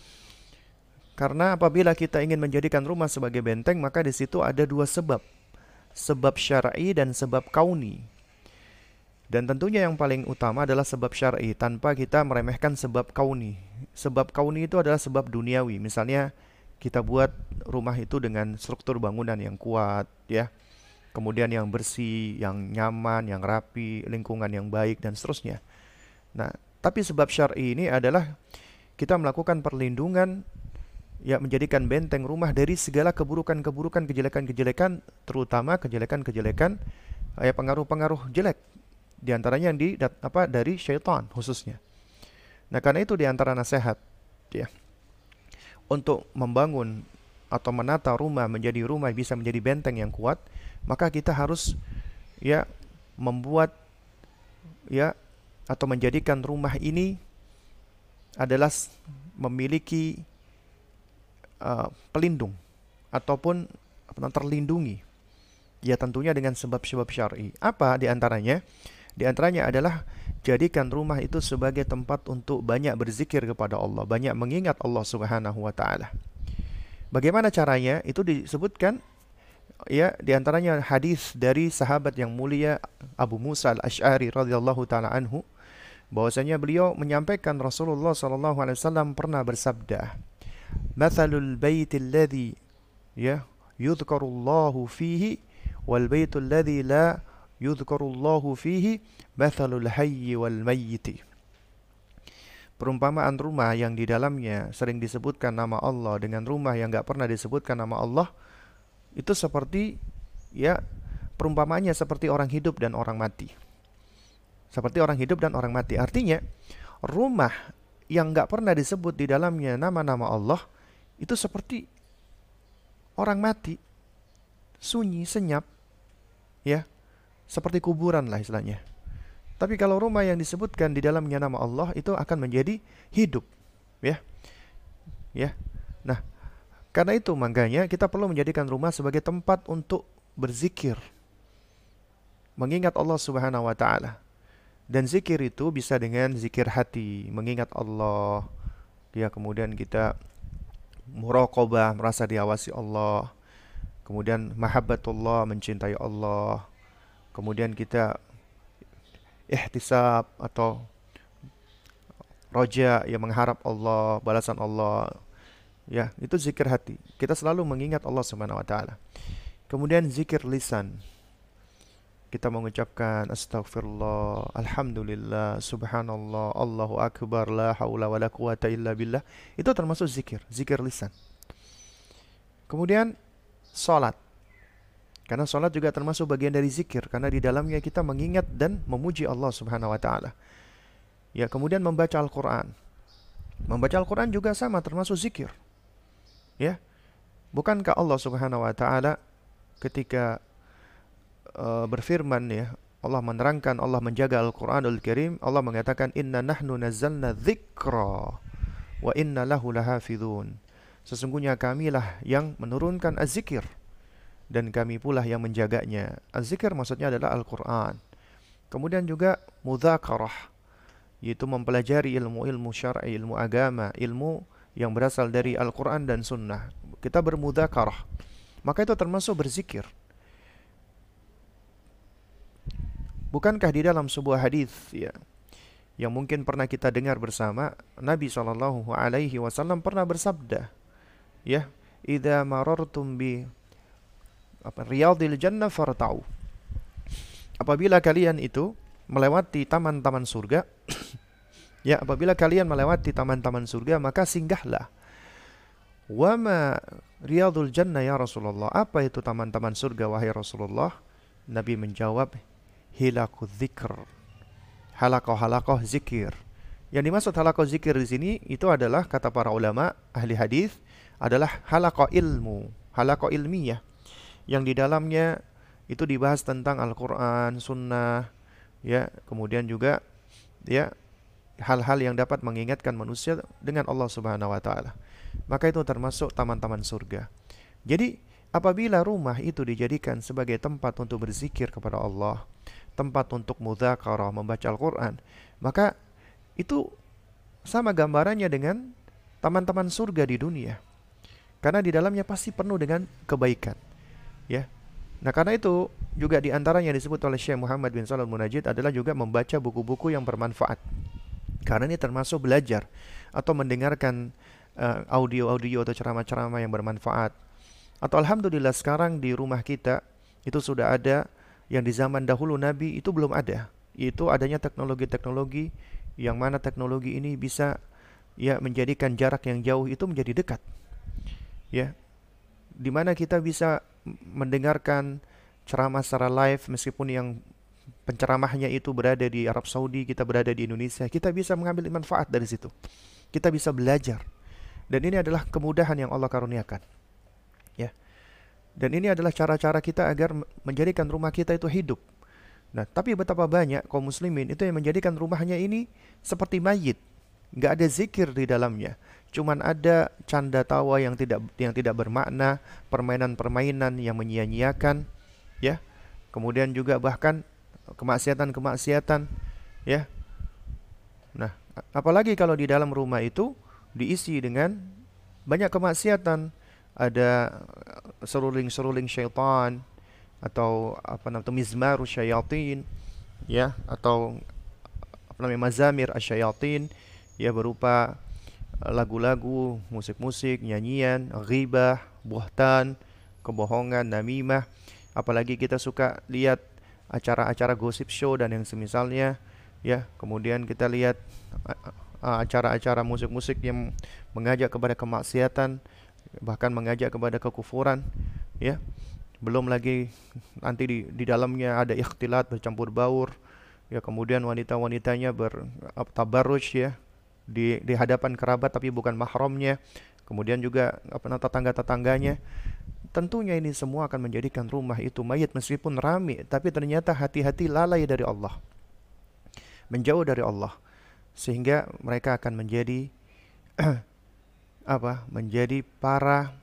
Karena apabila kita ingin menjadikan rumah sebagai benteng, maka di situ ada dua sebab. Sebab syar'i dan sebab kauni. Dan tentunya yang paling utama adalah sebab syar'i, tanpa kita meremehkan sebab kauni. Sebab kauni itu adalah sebab duniawi. Misalnya kita buat rumah itu dengan struktur bangunan yang kuat, ya. Kemudian yang bersih, yang nyaman, yang rapi, lingkungan yang baik, dan seterusnya. Nah, tapi sebab syar'i ini adalah kita melakukan perlindungan, ya, menjadikan benteng rumah dari segala keburukan-keburukan, kejelekan-kejelekan, terutama kejelekan-kejelekan, ya, pengaruh-pengaruh jelek, di antaranya dari syaitan khususnya. Nah, karena itu di antara nasihat, ya, untuk membangun atau menata rumah menjadi rumah bisa menjadi benteng yang kuat, maka kita harus ya membuat ya atau menjadikan rumah ini adalah memiliki pelindung ataupun terlindungi, ya tentunya dengan sebab-sebab syar'i. Apa di antaranya? Di antaranya adalah jadikan rumah itu sebagai tempat untuk banyak berzikir kepada Allah, banyak mengingat Allah Subhanahu wa taala. Bagaimana caranya? Itu disebutkan ya di antaranya hadis dari sahabat yang mulia Abu Musa Al-Asy'ari radhiyallahu taala anhu, bahwasanya beliau menyampaikan Rasulullah sallallahu alaihi wasallam pernah bersabda, "Mathalul baitil ladzi ya yudhkarullahu fihi wal baitul ladzi la yudhkarullahu fihi mathalul hayyi wal mayyiti." Perumpamaan rumah yang di dalamnya sering disebutkan nama Allah dengan rumah yang enggak pernah disebutkan nama Allah, itu seperti ya perumpamaannya seperti orang hidup dan orang mati. Seperti orang hidup dan orang mati. Artinya rumah yang enggak pernah disebut di dalamnya nama-nama Allah itu seperti orang mati, sunyi, senyap, ya, seperti kuburan lah istilahnya. Tapi kalau rumah yang disebutkan di dalamnya nama Allah itu akan menjadi hidup, ya. Ya. Nah, karena itu makanya kita perlu menjadikan rumah sebagai tempat untuk berzikir, mengingat Allah Subhanahu wa taala. Dan zikir itu bisa dengan zikir hati, mengingat Allah. Ya, kemudian kita muraqabah, merasa diawasi Allah. Kemudian mahabbatullah, mencintai Allah. Kemudian kita ihtisab atau roja, yang mengharap Allah, balasan Allah. Ya, itu zikir hati. Kita selalu mengingat Allah Subhanahu wa taala. Kemudian zikir lisan. Kita mengucapkan astaghfirullah, alhamdulillah, subhanallah, Allahu akbar, la haula wala quwata illa billah. Itu termasuk zikir, zikir lisan. Kemudian salat. Karena salat juga termasuk bagian dari zikir karena di dalamnya kita mengingat dan memuji Allah Subhanahu wa taala. Ya, kemudian membaca Al-Qur'an. Membaca Al-Qur'an juga sama termasuk zikir. Ya. Bukankah Allah Subhanahu wa taala ketika berfirman, ya, Allah menerangkan, Allah menjaga Al-Qur'anul Karim, Allah mengatakan inna nahnu nazzalna dzikra wa inna lahu lahafizun. Sesungguhnya kamilah yang menurunkan az-zikir dan kami pula yang menjaganya. Az-zikir maksudnya adalah Al-Qur'an. Kemudian juga mudzakarah, yaitu mempelajari ilmu-ilmu syar'i, ilmu agama, ilmu yang berasal dari Al-Qur'an dan Sunnah. Kita bermudzakarah, maka itu termasuk berzikir. Bukankah di dalam sebuah hadis, ya, yang mungkin pernah kita dengar bersama, Nabi SAW pernah bersabda, ya, idza marartum bi riyadil jannah farta'u. Apabila kalian itu melewati taman-taman surga, ya, apabila kalian melewati taman-taman surga, maka singgahlah. Wa ma riyadul jannah ya Rasulullah? Apa itu taman-taman surga wahai Rasulullah? Nabi menjawab, hilaku dzikr, halakoh zikir. Yang dimaksud halakoh zikir di sini itu adalah, kata para ulama ahli hadis, adalah halakoh ilmu, halakoh ilmiah, yang di dalamnya itu dibahas tentang Al-Quran, Sunnah, ya, kemudian juga, ya, hal-hal yang dapat mengingatkan manusia dengan Allah Subhanahu wa taala. Maka itu termasuk taman-taman surga. Jadi apabila rumah itu dijadikan sebagai tempat untuk berzikir kepada Allah, tempat untuk mudzakarah, membaca Al-Quran, maka itu sama gambarannya dengan taman-taman surga di dunia. Karena di dalamnya pasti penuh dengan kebaikan. Ya. Nah, karena itu juga di antaranya disebut oleh Syekh Muhammad bin Shalih Al-Munajjid adalah juga membaca buku-buku yang bermanfaat. Karena ini termasuk belajar atau mendengarkan audio-audio atau ceramah-ceramah yang bermanfaat. Atau alhamdulillah sekarang di rumah kita itu sudah ada yang di zaman dahulu Nabi itu belum ada, yaitu adanya teknologi-teknologi yang mana teknologi ini bisa, ya, menjadikan jarak yang jauh itu menjadi dekat. Ya, di mana kita bisa mendengarkan ceramah secara live meskipun yang penceramahnya itu berada di Arab Saudi, kita berada di Indonesia, kita bisa mengambil manfaat dari situ. Kita bisa belajar. Dan ini adalah kemudahan yang Allah karuniakan. Ya. Dan ini adalah cara-cara kita agar menjadikan rumah kita itu hidup. Nah, tapi betapa banyak kaum muslimin itu yang menjadikan rumahnya ini seperti mayit. Nggak ada zikir di dalamnya. Cuman ada canda tawa yang tidak bermakna, permainan-permainan yang menyia-nyiakan, ya. Kemudian juga bahkan kemaksiatan-kemaksiatan, ya. Nah, apalagi kalau di dalam rumah itu diisi dengan banyak kemaksiatan, ada seruling-seruling syaitan atau apa namanya mizmaru syayatin, ya, atau apa namanya mazamir asyayatin, ya, berupa lagu-lagu, musik-musik, nyanyian, ghibah, buhtan, kebohongan, namimah. Apalagi kita suka lihat acara-acara gossip show dan yang semisalnya, ya. Kemudian kita lihat acara-acara musik-musik yang mengajak kepada kemaksiatan, bahkan mengajak kepada kekufuran, ya. Belum lagi nanti di dalamnya ada ikhtilat, bercampur baur, ya. Kemudian wanita-wanitanya bertabarruj, ya, di hadapan kerabat tapi bukan mahramnya. Kemudian juga tetangga-tetangganya. tentunya ini semua akan menjadikan rumah itu mayat meskipun rame, tapi ternyata hati-hati lalai dari Allah, menjauh dari Allah, sehingga mereka akan menjadi menjadi para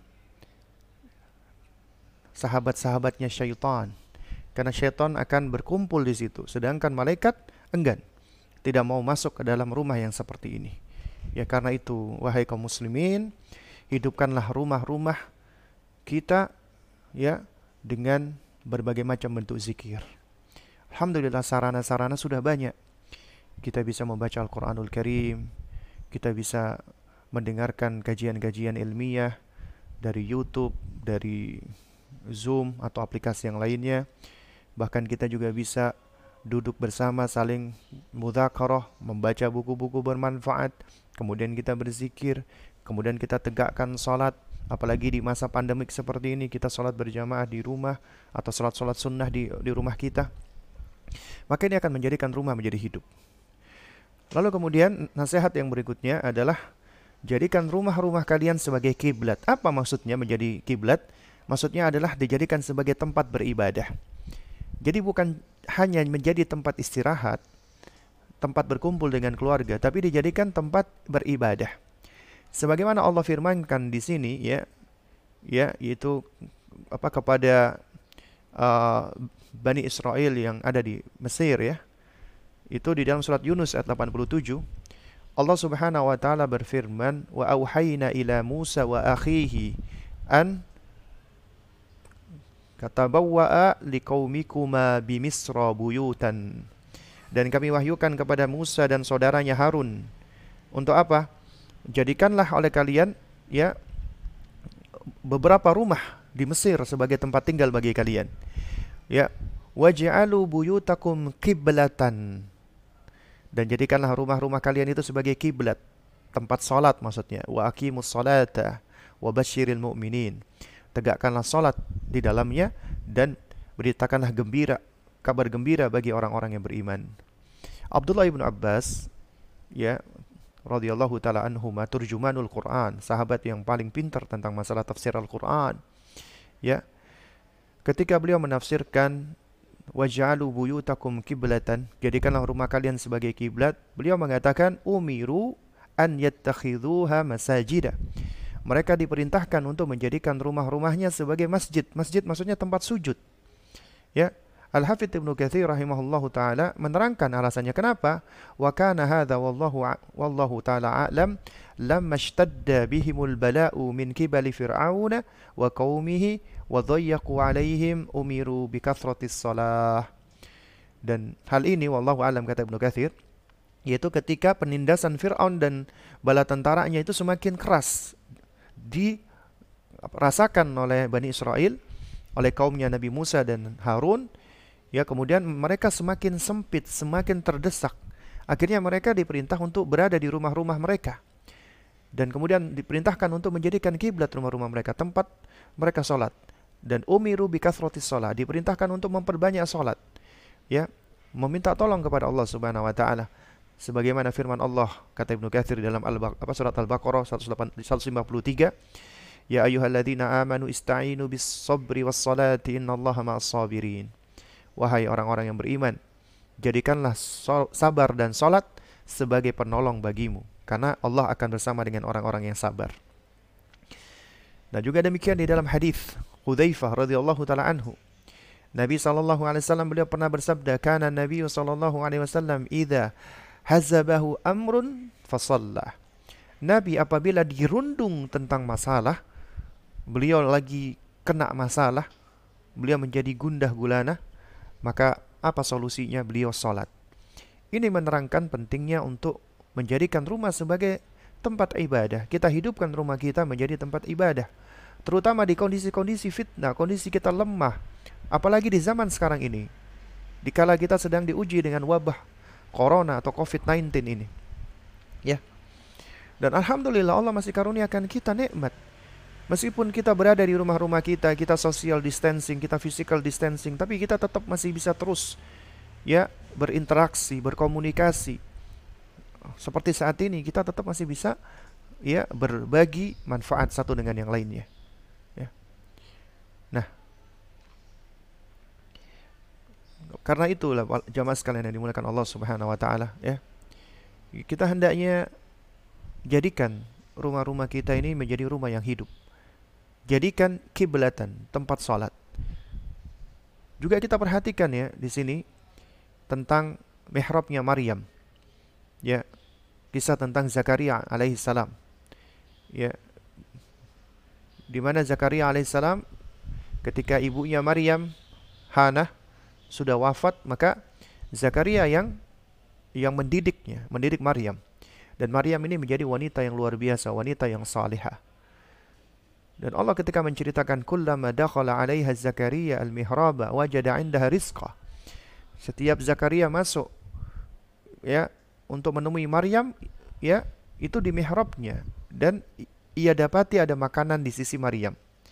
sahabat-sahabatnya syaitan. Karena syaitan akan berkumpul di situ, sedangkan malaikat enggan, tidak mau masuk ke dalam rumah yang seperti ini. Ya, karena itu wahai kaum muslimin, hidupkanlah rumah-rumah kita ya dengan berbagai macam bentuk zikir. Alhamdulillah sarana-sarana sudah banyak. Kita bisa membaca Al-Qur'anul Karim, kita bisa mendengarkan kajian-kajian ilmiah dari YouTube, dari Zoom atau aplikasi yang lainnya. Bahkan kita juga bisa duduk bersama saling mudzakarah, membaca buku-buku bermanfaat, kemudian kita berzikir, kemudian kita tegakkan salat. Apalagi di masa pandemik seperti ini, kita salat berjamaah di rumah atau salat-salat sunnah di rumah kita. Maka ini akan menjadikan rumah menjadi hidup. Lalu kemudian nasihat yang berikutnya adalah jadikan rumah-rumah kalian sebagai kiblat. Apa maksudnya menjadi kiblat? Maksudnya adalah dijadikan sebagai tempat beribadah. Jadi bukan hanya menjadi tempat istirahat, tempat berkumpul dengan keluarga, tapi dijadikan tempat beribadah. Sebagaimana Allah firmankan di sini yaitu kepada Bani Israel yang ada di Mesir ya. Itu di dalam surat Yunus ayat 87. Allah Subhanahu wa taala berfirman, "Wa auhayna ila Musa wa akhihi an katabawwa'a liqaumikuma bimisra buyutan." Dan kami wahyukan kepada Musa dan saudaranya Harun. Untuk apa? Jadikanlah oleh kalian beberapa rumah di Mesir sebagai tempat tinggal bagi kalian. Ya, waj'alu buyutakum qiblatan. Dan jadikanlah rumah-rumah kalian itu sebagai kiblat, tempat salat maksudnya. Wa aqimus salata wa basyiril mu'minin. Tegakkanlah salat di dalamnya dan beritakanlah kabar gembira bagi orang-orang yang beriman. Abdullah ibn Abbas radhiyallahu taala anhuma, turjumanul Quran, sahabat yang paling pintar tentang masalah tafsir Al-Quran. Ketika beliau menafsirkan waj'alu buyutakum kiblatan, jadikanlah rumah kalian sebagai kiblat, beliau mengatakan umiru an yattakhidhuha masajida. Mereka diperintahkan untuk menjadikan rumah-rumahnya sebagai masjid. Masjid maksudnya tempat sujud. Ya, Al-Hafidz Ibnu Katsir rahimahullahu taala menerangkan alasannya kenapa. Wa kana hadza wallahu taala a'lam lamma ishtadda bihimul bala'u min qibali fir'auna wa qaumihi wa dhayyaqu 'alaihim umiru bi kathratis shalah. Dan hal ini wallahu a'lam kata Ibnu Katsir, yaitu ketika penindasan Fir'aun dan bala tentaranya itu semakin keras dirasakan oleh Bani Israel, oleh kaumnya Nabi Musa dan Harun. Kemudian mereka semakin sempit, semakin terdesak. Akhirnya mereka diperintah untuk berada di rumah-rumah mereka. Dan kemudian diperintahkan untuk menjadikan kiblat rumah-rumah mereka, tempat mereka sholat. Dan umiru bi kathratis shalah, diperintahkan untuk memperbanyak sholat. Meminta tolong kepada Allah Subhanahu wa taala. Sebagaimana firman Allah kata Ibnu Katsir dalam surat Al-Baqarah 153, "Ya ayyuhalladzina amanu ista'inu bis sabri was salati innallaha ma'as sabirin." Wahai orang-orang yang beriman, jadikanlah sabar dan salat sebagai penolong bagimu, karena Allah akan bersama dengan orang-orang yang sabar. Dan juga demikian di dalam hadis Hudzaifah radhiyallahu taala anhu, Nabi sallallahu alaihi wasallam beliau pernah bersabda, "Kana Nabi sallallahu alaihi wasallam idza hazabahu amrun fasalla." Nabi apabila dirundung tentang masalah, beliau lagi kena masalah, beliau menjadi gundah gulana, maka apa solusinya? Beliau salat. Ini menerangkan pentingnya untuk menjadikan rumah sebagai tempat ibadah. Kita hidupkan rumah kita menjadi tempat ibadah, terutama di kondisi-kondisi fitnah, kondisi kita lemah. Apalagi di zaman sekarang ini, dikala kita sedang diuji dengan wabah corona atau COVID-19 ini. Dan alhamdulillah Allah masih karuniakan kita nikmat. Meskipun kita berada di rumah-rumah kita, kita social distancing, kita physical distancing, tapi kita tetap masih bisa terus berinteraksi, berkomunikasi. Seperti saat ini kita tetap masih bisa berbagi manfaat satu dengan yang lainnya. Nah, karena itulah jamaah sekalian yang dimuliakan Allah Subhanahu wa taala, ya. Kita hendaknya jadikan rumah-rumah kita ini menjadi rumah yang hidup. Jadikan kiblatan, tempat salat. Juga kita perhatikan ya di sini tentang mihrabnya Maryam. Ya, kisah tentang Zakaria alaihissalam. Ya, di mana Zakaria alaihissalam ketika ibunya Maryam Hana sudah wafat, maka Zakaria yang mendidiknya, mendidik Maryam. Dan Maryam ini menjadi wanita yang luar biasa, wanita yang salihah. Dan Allah ketika menceritakan kullama dakhala 'alaiha Zakaria al-mihraba wajada 'indaha rizqa. Setiap Zakaria masuk ya untuk menemui Maryam, ya, itu di mihrabnya dan ia dapati ada makanan di sisi Maryam.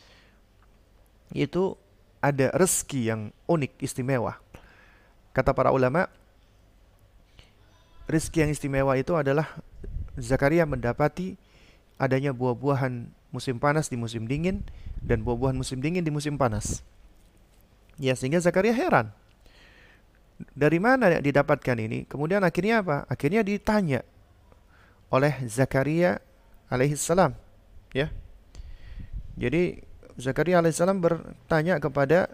Itu ada rezeki yang unik, istimewa. Kata para ulama, rezeki yang istimewa itu adalah Zakaria mendapati adanya buah-buahan musim panas di musim dingin dan buah-buahan musim dingin di musim panas. Ya, sehingga Zakaria heran. Dari mana didapatkan ini? Kemudian akhirnya apa? Akhirnya ditanya oleh Zakaria alaihissalam, ya. Jadi Zakaria alaihissalam bertanya kepada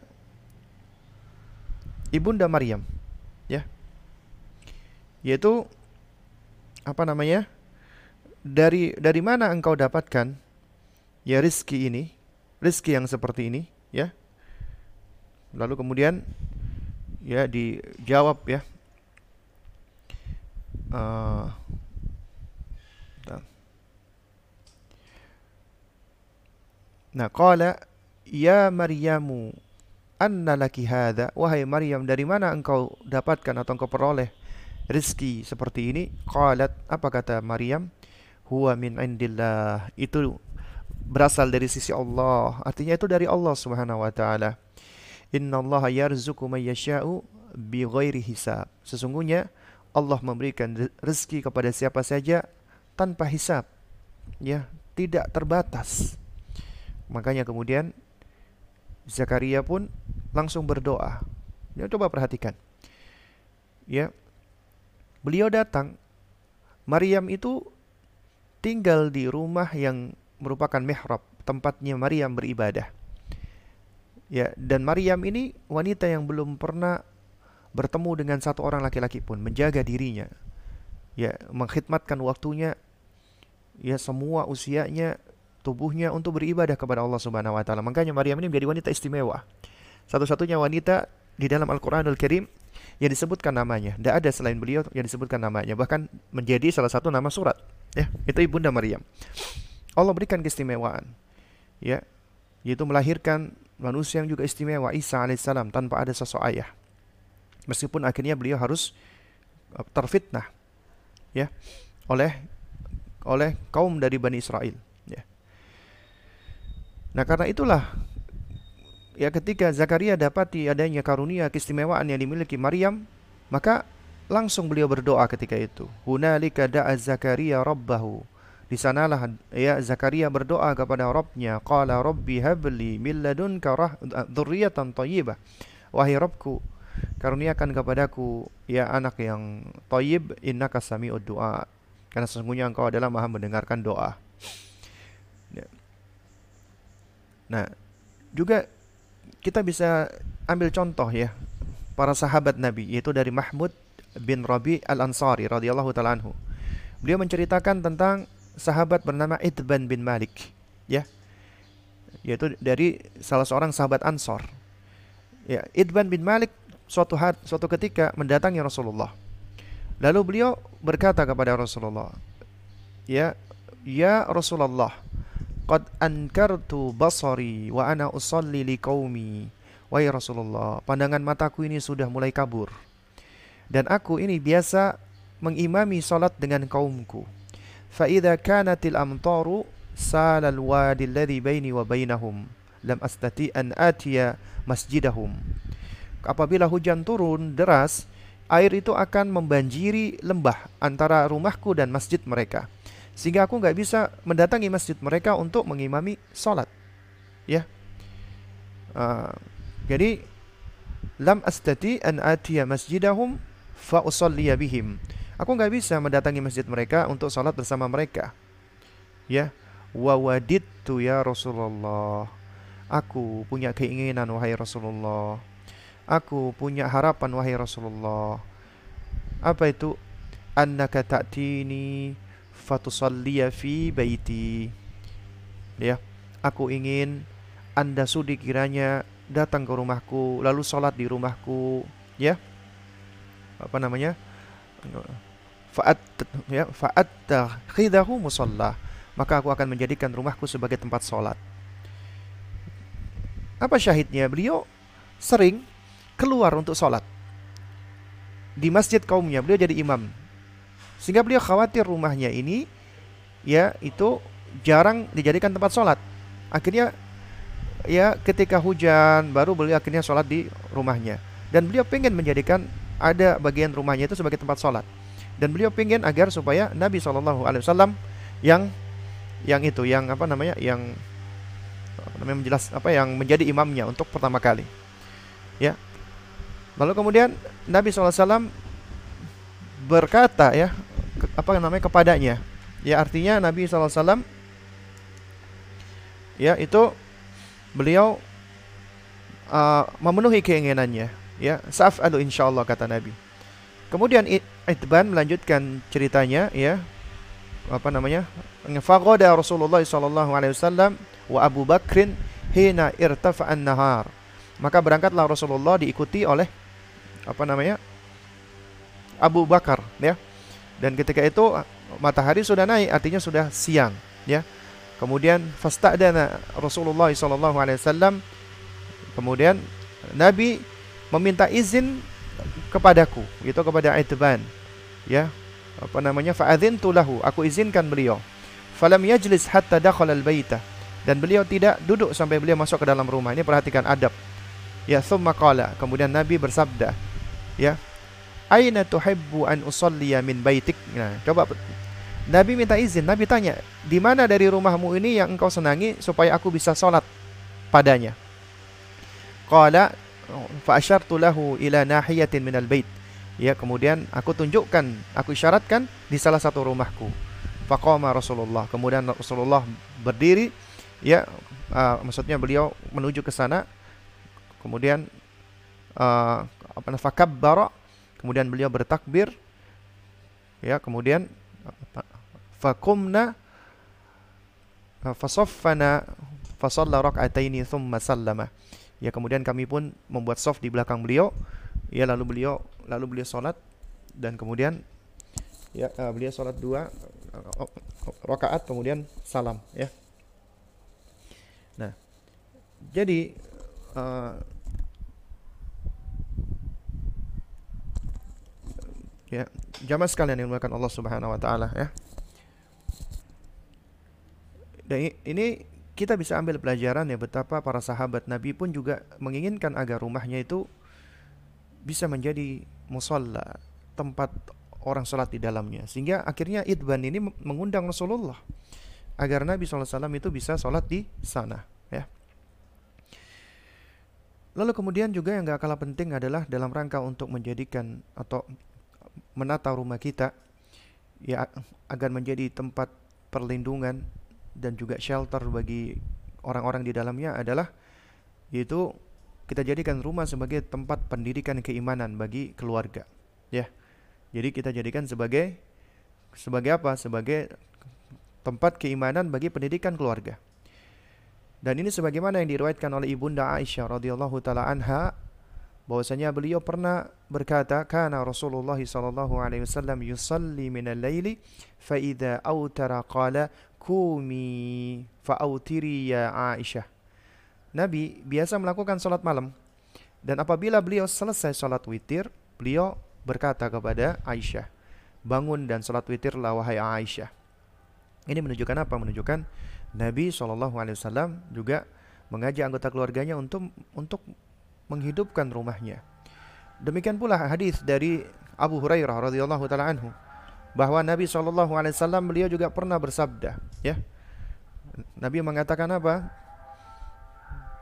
ibunda Maryam, ya. Yaitu apa namanya? Dari mana engkau dapatkan ya rizki ini, rizki yang seperti ini, ya. Lalu kemudian ya dijawab ya. Nah, qala ya Maryamu anna laki hadha, wahai Maryam, dari mana engkau dapatkan atau engkau peroleh rizki seperti ini? Qalat, apa kata Maryam? Huwa min indillah, itu berasal dari sisi Allah, artinya itu dari Allah Subhanahu wa taala. Innallaha yarzuqu may yasha'u bighairi hisab, sesungguhnya Allah memberikan rezeki kepada siapa saja tanpa hisab, ya, tidak terbatas. Makanya kemudian Zakaria pun langsung berdoa. Ya, coba perhatikan. Ya. Beliau datang, Maryam itu tinggal di rumah yang merupakan mihrab, tempatnya Maryam beribadah. Ya, dan Maryam ini wanita yang belum pernah bertemu dengan satu orang laki-laki pun, menjaga dirinya. Ya, mengkhidmatkan waktunya, ya, semua usianya, tubuhnya untuk beribadah kepada Allah Subhanahu wa taala. Makanya Maryam ini menjadi wanita istimewa. Satu-satunya wanita di dalam Al-Qur'anul Karim yang disebutkan namanya. Tidak ada selain beliau yang disebutkan namanya. Bahkan menjadi salah satu nama surat. Ya, itu ibunda Maryam. Allah berikan keistimewaan. Ya, yaitu melahirkan manusia yang juga istimewa, Isa alaihissalam, tanpa ada sosok ayah. Meskipun akhirnya beliau harus terfitnah, ya, oleh kaum dari Bani Israel. Ya. Nah, karena itulah ya ketika Zakaria dapati adanya karunia keistimewaan yang dimiliki Maryam, maka langsung beliau berdoa ketika itu. Hunalika da'a Zakaria rabbahu. Di sanalah ya Zakaria berdoa kepada Rabbnya, qala rabbi habli min ladunka dzurriyyatan thayyibah. Wahai Rabbku, karuniakan kepadaku ya anak yang thayyib, innaka sami'ud du'a. Karena sesungguhnya engkau adalah Maha mendengarkan doa. Nah, juga kita bisa ambil contoh ya para sahabat Nabi, yaitu dari Mahmud bin Rabi al-Ansari radhiyallahu ta'ala anhu. Beliau menceritakan tentang sahabat bernama Itban bin Malik, ya, yaitu dari salah seorang sahabat Ansor. Ya, Itban bin Malik suatu ketika mendatangi Rasulullah. Lalu beliau berkata kepada Rasulullah, ya Rasulullah, qad ankartu basari wa ana usalli liqaumi. Wahai Rasulullah, pandangan mataku ini sudah mulai kabur dan aku ini biasa mengimami salat dengan kaumku. Fa idza kanatil amtaru salal wadi alladhi baini wa bainahum lam astati an atiya masjidahum. Apabila hujan turun deras, air itu akan membanjiri lembah antara rumahku dan masjid mereka, sehingga aku nggak bisa mendatangi masjid mereka untuk mengimami salat. Ya, Uh, jadi lam astati an atiya masjidahum fa usalliya bihim. Aku nggak bisa mendatangi masjid mereka untuk salat bersama mereka. Ya, wa wadidtu ya Rasulullah. Aku punya keinginan wahai Rasulullah. Aku punya harapan wahai Rasulullah. Apa itu? Annaka ta'tini fatusalliya fi baiti. Ya, aku ingin Anda sudi kiranya datang ke rumahku lalu sholat di rumahku, ya. Apa namanya? Fa'at ya, fa'at takhidahu musalla. Maka aku akan menjadikan rumahku sebagai tempat sholat. Apa syahidnya? Beliau sering keluar untuk sholat di masjid kaumnya. Beliau jadi imam, sehingga beliau khawatir rumahnya ini, ya, itu jarang dijadikan tempat sholat. Akhirnya, ya, ketika hujan baru beliau akhirnya sholat di rumahnya. Dan beliau pengen menjadikan ada bagian rumahnya itu sebagai tempat sholat. Dan beliau pengen agar supaya Nabi SAW yang apa namanya, yang yang menjadi imamnya untuk pertama kali. Ya. Lalu kemudian Nabi SAW berkata, ya, kepadanya. Ya, artinya Nabi SAW, ya, itu beliau memenuhi keinginannya. Ya, sa'af'alu insyaallah, kata Nabi. Kemudian Itban melanjutkan ceritanya, ya. Apa namanya? Faqada Rasulullah sallallahu alaihi wasallam wa Abu Bakrin hina irtafa'an nahar. Maka berangkatlah Rasulullah diikuti oleh apa namanya? Abu Bakar, ya. Dan ketika itu matahari sudah naik, artinya sudah siang, ya. Kemudian fasta'dana Rasulullah sallallahu alaihi wasallam. Kemudian Nabi meminta izin kepadaku, itu kepada Itban, ya. Apa namanya? Fa'adzintu lahu, aku izinkan beliau. Falam yajlis hatta dakhala al-baita, dan beliau tidak duduk sampai beliau masuk ke dalam rumah. Ini perhatikan adab. Ya, thumma qala, kemudian Nabi bersabda, ya, aina tuhibbu an usalliya min baitik. Nah, coba Nabi minta izin, Nabi tanya, di mana dari rumahmu ini yang engkau senangi supaya aku bisa sholat padanya? Qala fa asyartu lahu ila nahiyatin minal bait. Ya, kemudian aku tunjukkan, aku isyaratkan di salah satu rumahku. Faqama Rasulullah, kemudian Rasulullah berdiri, ya, maksudnya beliau menuju ke sana. Kemudian fakabbara, kemudian beliau bertakbir, ya, kemudian fakumna fasaffana fasalla rak'ataini thumma sallama. Ya, kemudian kami pun membuat shaf di belakang beliau, ya, lalu beliau salat, dan kemudian, ya, beliau salat 2 rakaat kemudian salam, ya. Nah, jadi ya, jamaah sekalian yang dimuliakan Allah Subhanahu wa taala, ya. Dan ini kita bisa ambil pelajaran, ya, betapa para sahabat Nabi pun juga menginginkan agar rumahnya itu bisa menjadi musalla, tempat orang sholat di dalamnya. Sehingga akhirnya Itban ini mengundang Rasulullah agar Nabi SAW itu bisa sholat di sana, ya. Lalu kemudian juga yang gak kalah penting adalah dalam rangka untuk menjadikan atau menata rumah kita, ya, agar menjadi tempat perlindungan dan juga shelter bagi orang-orang di dalamnya adalah, yaitu kita jadikan rumah sebagai tempat pendidikan keimanan bagi keluarga, ya. Jadi kita jadikan sebagai apa? Sebagai tempat keimanan bagi pendidikan keluarga. Dan ini sebagaimana yang diriwayatkan oleh Ibunda Aisyah radhiyallahu taala anha, bahwasanya beliau pernah berkata, kana Rasulullah sallallahu alaihi wasallam yusalli minal laili fa idza autara qala kumi fa autiri ya Aisyah. Nabi biasa melakukan salat malam, dan apabila beliau selesai salat witir, beliau berkata kepada Aisyah, bangun dan salat witirlah wahai Aisyah. Ini menunjukkan apa? Menunjukkan Nabi SAW juga mengajak anggota keluarganya untuk menghidupkan rumahnya. Demikian pula hadis dari Abu Hurairah radhiyallahu taala anhu, bahwa Nabi SAW beliau juga pernah bersabda, ya. Nabi mengatakan apa?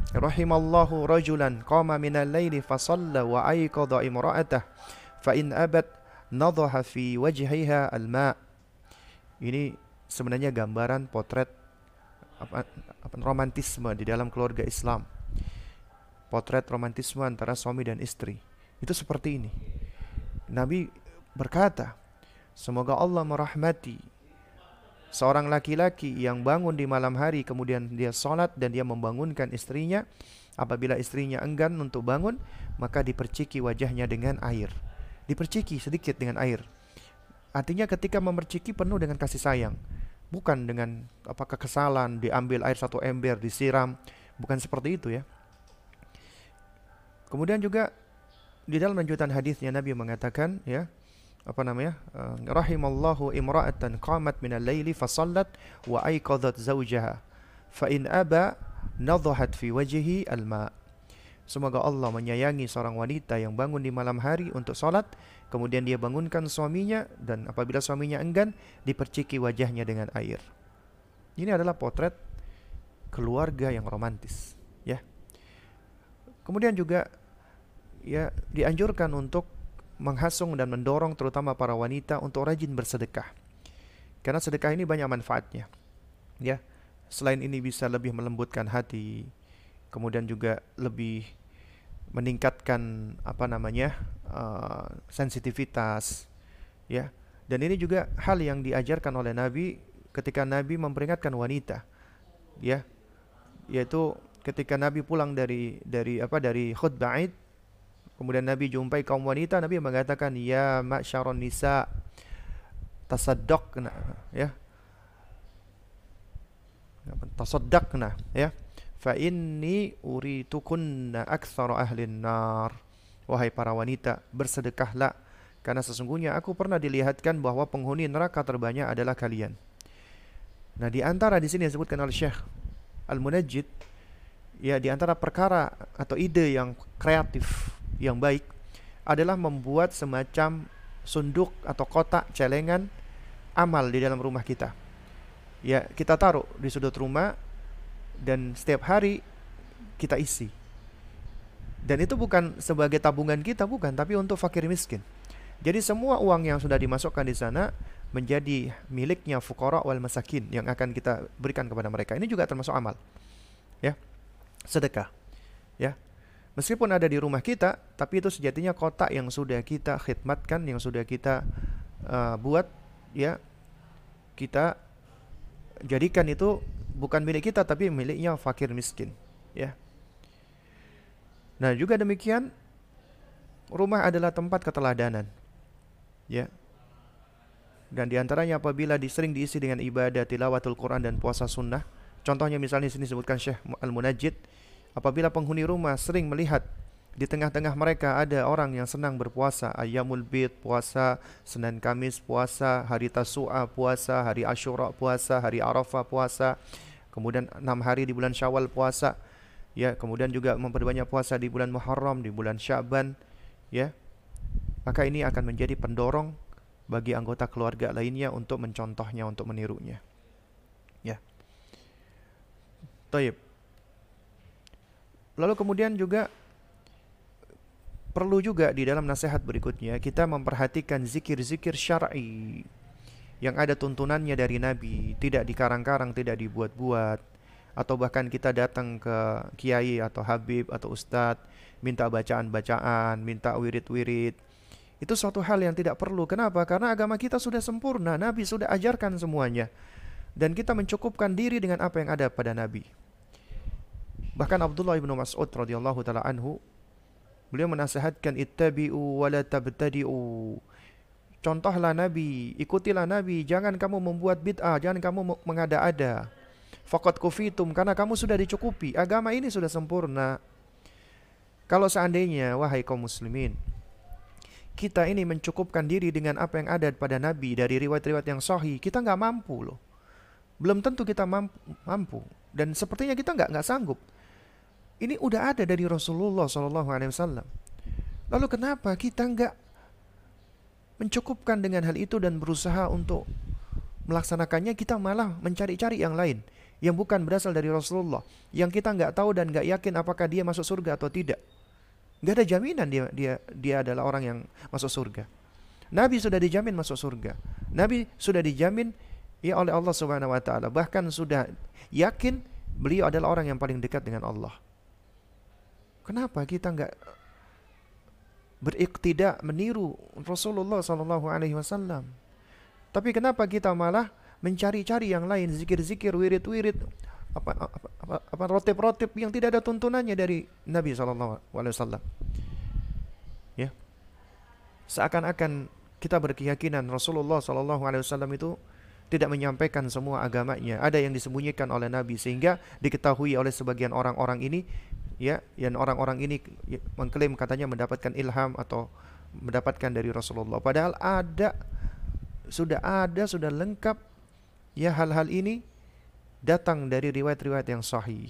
Rahimallahu rajulan qama minal laili fa shalla wa ayqadha imra'atah fa in abat nadhaha fi wajhiha al-ma'. Ini sebenarnya gambaran potret romantisme di dalam keluarga Islam. Potret romantisme antara suami dan istri. Itu seperti ini. Nabi berkata, semoga Allah merahmati seorang laki-laki yang bangun di malam hari kemudian dia sholat dan dia membangunkan istrinya. Apabila istrinya enggan untuk bangun, maka diperciki wajahnya dengan air. Diperciki sedikit dengan air. Artinya ketika memerciki penuh dengan kasih sayang. Bukan dengan kekesalan, diambil air satu ember, disiram. Bukan seperti itu ya. Kemudian juga di dalam lanjutan hadisnya Nabi mengatakan ya, rahimallahu imra'atan qamat minal laili fa shallat wa ayqadhat zawjaha fa in aba nadhahat fi wajhihi al-ma'. Semoga Allah menyayangi seorang wanita yang bangun di malam hari untuk salat, kemudian dia bangunkan suaminya, dan apabila suaminya enggan, diperciki wajahnya dengan air. Ini adalah potret keluarga yang romantis, ya. Kemudian juga ya dianjurkan untuk menghasung dan mendorong terutama para wanita untuk rajin bersedekah. Karena sedekah ini banyak manfaatnya. Ya. Selain ini bisa lebih melembutkan hati, kemudian juga lebih meningkatkan sensitivitas, ya. Dan ini juga hal yang diajarkan oleh Nabi ketika Nabi memperingatkan wanita, ya, yaitu ketika Nabi pulang dari khutbah Id, kemudian Nabi jumpai kaum wanita, Nabi mengatakan, ya ma'syaron nisa tasaddaqna, ya, tasaddaqna, ya, fa inni uritukunna aktsara ahlin nar. Wahai para wanita, bersedekahlah, karena sesungguhnya aku pernah dilihatkan bahwa penghuni neraka terbanyak adalah kalian. Nah, di antara di sini disebutkan oleh Syekh Al-Munajjid, ya, di antara perkara atau ide yang kreatif, yang baik adalah membuat semacam sunduk atau kotak celengan amal di dalam rumah kita. Ya, kita taruh di sudut rumah dan setiap hari kita isi. Dan itu bukan sebagai tabungan kita, bukan, tapi untuk fakir miskin. Jadi semua uang yang sudah dimasukkan di sana menjadi miliknya fuqara wal masakin yang akan kita berikan kepada mereka. Ini juga termasuk amal. Ya. Sedekah. Ya. Meskipun ada di rumah kita, tapi itu sejatinya kotak yang sudah kita khidmatkan, yang sudah kita buat, ya. Kita jadikan itu bukan milik kita tapi miliknya fakir miskin, ya. Nah, juga demikian rumah adalah tempat keteladanan, ya. Dan diantaranya apabila sering diisi dengan ibadah tilawatul Quran dan puasa sunnah. Contohnya misalnya sini disebutkan Syekh Al-Munajjid, apabila penghuni rumah sering melihat di tengah-tengah mereka ada orang yang senang berpuasa, Ayyamul Bid puasa, Senin Kamis puasa, hari Tasu'a puasa, hari Asyura puasa, hari Arafah puasa, kemudian 6 hari di bulan Syawal puasa, ya, kemudian juga memperbanyak puasa di bulan Muharram, di bulan Sya'ban, ya. Maka ini akan menjadi pendorong bagi anggota keluarga lainnya untuk mencontohnya, untuk menirunya. Ya. Taib. Lalu kemudian juga perlu juga di dalam nasihat berikutnya kita memperhatikan zikir-zikir syar'i yang ada tuntunannya dari Nabi, tidak dikarang-karang, tidak dibuat-buat. Atau bahkan kita datang ke kiai atau habib atau ustadz, minta bacaan-bacaan, minta wirid-wirid. Itu suatu hal yang tidak perlu. Kenapa? Karena agama kita sudah sempurna, Nabi sudah ajarkan semuanya. Dan kita mencukupkan diri dengan apa yang ada pada Nabi. Bahkan Abdullah ibn Mas'ud radhiyallahu ta'ala anhu, beliau menasihatkan, ittabi'u wa la tabtadi'u. Contohlah Nabi, ikutilah Nabi, jangan kamu membuat bid'ah, jangan kamu mengada-ada. Faqad kufitum, karena kamu sudah dicukupi, agama ini sudah sempurna. Kalau seandainya, wahai kaum muslimin, kita ini mencukupkan diri dengan apa yang ada pada Nabi dari riwayat-riwayat yang sahih, kita nggak mampu loh. Belum tentu kita mampu. Dan sepertinya kita nggak sanggup. Ini udah ada dari Rasulullah SAW. Lalu kenapa kita nggak mencukupkan dengan hal itu dan berusaha untuk melaksanakannya, kita malah mencari-cari yang lain. yang bukan berasal dari Rasulullah, yang kita nggak tahu dan nggak yakin apakah dia masuk surga atau tidak. Nggak ada jaminan dia adalah orang yang masuk surga. Nabi sudah dijamin masuk surga. Nabi sudah dijamin ya oleh Allah Subhanahu wa taala. Bahkan sudah yakin beliau adalah orang yang paling dekat dengan Allah. Kenapa kita nggak beriktidak meniru Rasulullah sallallahu alaihi wasallam? Tapi kenapa kita malah mencari-cari yang lain, zikir-zikir, wirid-wirid, rotib-rotib yang tidak ada tuntunannya dari Nabi sallallahu alaihi wasallam. Ya. Seakan-akan kita berkeyakinan Rasulullah sallallahu alaihi wasallam itu tidak menyampaikan semua agamanya. Ada yang disembunyikan oleh Nabi sehingga diketahui oleh sebagian orang-orang ini, ya, yang orang-orang ini mengklaim katanya mendapatkan ilham atau mendapatkan dari Rasulullah. Padahal sudah lengkap ya hal-hal ini datang dari riwayat-riwayat yang sahih.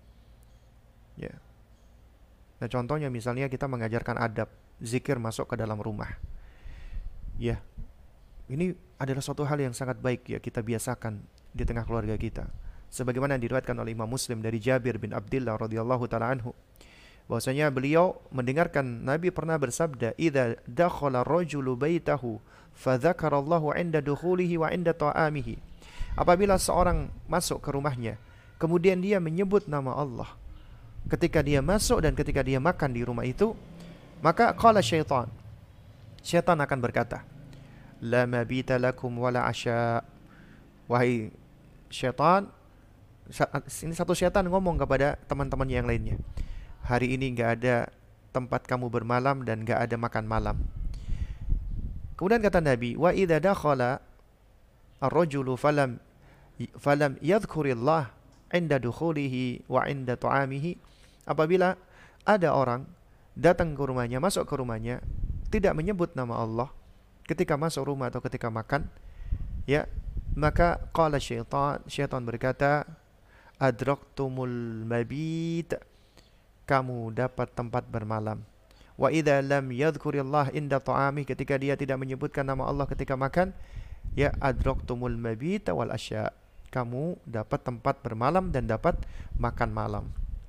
Ya. Nah, contohnya misalnya kita mengajarkan adab zikir masuk ke dalam rumah. Ya. Ini adalah suatu hal yang sangat baik ya kita biasakan di tengah keluarga kita. Sebagaimana diriwayatkan oleh Imam Muslim dari Jabir bin Abdullah radhiyallahu taala anhu, bahwasanya beliau mendengarkan Nabi pernah bersabda, "Idza dakhala ar-rajulu baitahu fa dzakarallahu 'inda dukhulihi wa 'inda ta'amihi." Apabila seorang masuk ke rumahnya, kemudian dia menyebut nama Allah ketika dia masuk dan ketika dia makan di rumah itu, maka qala syaitan. Syaitan akan berkata, "La mabita lakum wala asya." Wahai syaitan, ini satu syaitan ngomong kepada teman-temannya yang lainnya, hari ini enggak ada tempat kamu bermalam dan enggak ada makan malam. Kemudian kata Nabi, "Wa idza dakhala ar-rajulu falam yadhkurillah 'inda dukhulihi wa 'inda ta'amihi." Apabila ada orang datang ke rumahnya, masuk ke rumahnya, tidak menyebut nama Allah ketika masuk rumah atau ketika makan, ya, maka qala syaitan berkata, "Adraktumul mabit." Kamu dapat tempat bermalam. Wa idza lam yadhkurillah inda ta'amih, ketika dia tidak menyebutkan nama Allah ketika makan, ya, adraktumul mabit wal asya. Kamu dapat tempat bermalam dan dapat makan malam.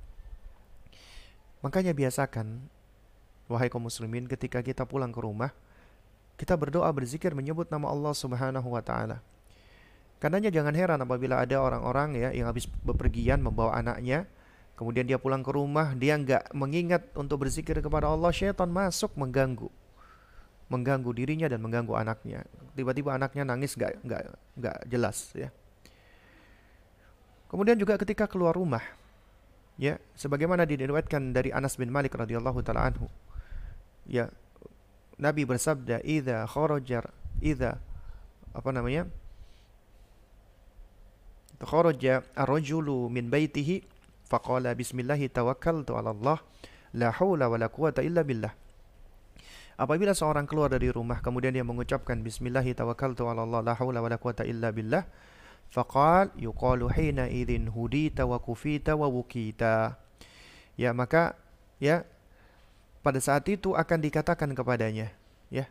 Makanya biasakan wahai kaum muslimin, ketika kita pulang ke rumah, kita berdoa, berzikir, menyebut nama Allah Subhanahu wa taala. Karenanya jangan heran apabila ada orang-orang ya yang habis bepergian membawa anaknya, kemudian dia pulang ke rumah, dia enggak mengingat untuk berzikir kepada Allah, syaitan masuk mengganggu dirinya dan mengganggu anaknya. Tiba-tiba anaknya nangis enggak jelas ya. Kemudian juga ketika keluar rumah, ya, sebagaimana diriwayatkan dari Anas bin Malik radhiyallahu taala anhu, ya, Nabi bersabda, kharaja ar-rajulu min baitihi faqala bismillahi tawakkaltu 'ala Allah la haula wala quwata illa billah." Apabila seorang keluar dari rumah kemudian dia mengucapkan bismillahi tawakkaltu 'ala Allah la haula wala quwata illa billah, faqal yuqalu hina idzin hudita wa kufita wa wukita. Ya, maka ya pada saat itu akan dikatakan kepadanya, ya.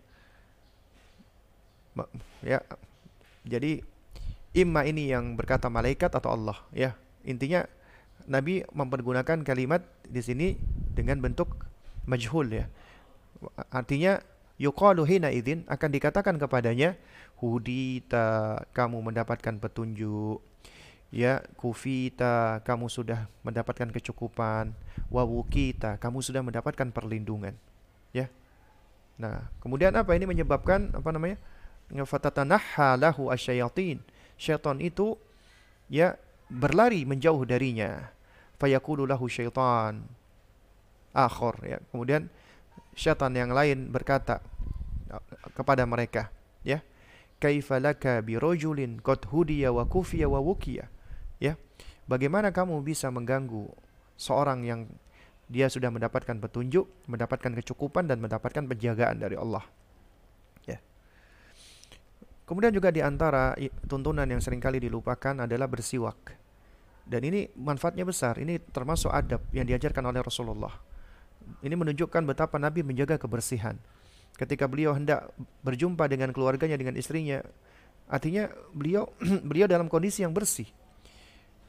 Ya. Jadi imma ini yang berkata malaikat atau Allah, ya. Intinya Nabi mempergunakan kalimat di sini dengan bentuk majhul ya. Artinya yuqalu hina idzin, akan dikatakan kepadanya, hudita, kamu mendapatkan petunjuk, ya, kufita, kamu sudah mendapatkan kecukupan, wawukita, kamu sudah mendapatkan perlindungan, ya. Nah, kemudian apa ini menyebabkan fatatanahha lahu asyayatin, syaitan itu ya berlari menjauh darinya. Fayaqulu lahu syaitan akhar, ya. Kemudian syaitan yang lain berkata kepada mereka, ya, kaifa laka birajulin qad hudiya wa kufiya wa wukiya, ya, bagaimana kamu bisa mengganggu seorang yang dia sudah mendapatkan petunjuk, mendapatkan kecukupan dan mendapatkan penjagaan dari Allah, ya. Kemudian juga di antara tuntunan yang seringkali dilupakan adalah bersiwak. Dan ini manfaatnya besar. Ini termasuk adab yang diajarkan oleh Rasulullah. Ini menunjukkan betapa Nabi menjaga kebersihan. Ketika beliau hendak berjumpa dengan keluarganya, dengan istrinya, artinya beliau dalam kondisi yang bersih.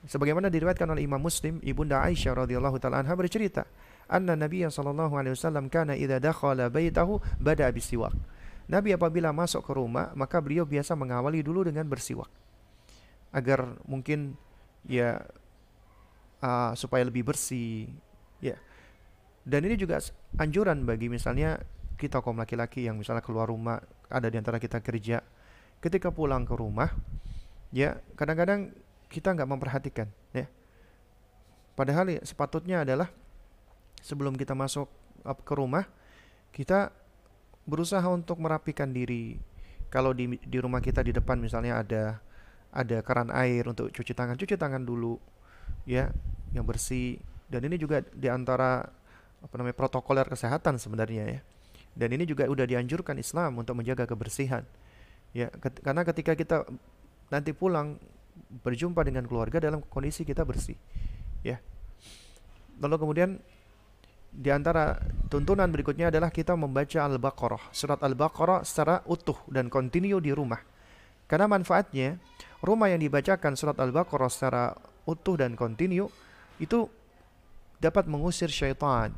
Sebagaimana diriwayatkan oleh Imam Muslim, Ibunda Aisyah radhiyallahu taala anha bercerita, anna Nabiya sallallahu alaihi wasallam kana idza dakhala baitahu bada bisiwak. Nabi apabila masuk ke rumah, maka beliau biasa mengawali dulu dengan bersiwak. Agar mungkin ya supaya lebih bersih, ya. Dan ini juga anjuran bagi misalnya kita kaum laki-laki yang misalnya keluar rumah, ada di antara kita kerja, ketika pulang ke rumah, ya kadang-kadang kita nggak memperhatikan, ya. Padahal ya, sepatutnya adalah sebelum kita masuk ke rumah, kita berusaha untuk merapikan diri. Kalau di rumah kita di depan misalnya ada keran air untuk cuci tangan dulu, ya, yang bersih. Dan ini juga di antara protokoler kesehatan sebenarnya, ya. Dan ini juga udah dianjurkan Islam untuk menjaga kebersihan, ya. Karena ketika kita nanti pulang berjumpa dengan keluarga dalam kondisi kita bersih, ya. Lalu kemudian di antara tuntunan berikutnya adalah kita membaca Al-Baqarah, surat Al-Baqarah secara utuh dan kontinu di rumah. Karena manfaatnya, rumah yang dibacakan surat Al-Baqarah secara utuh dan kontinu itu dapat mengusir syaitan.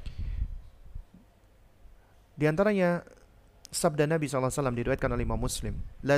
Di antaranya sabda Nabi SAW diriwayatkan oleh Imam Muslim,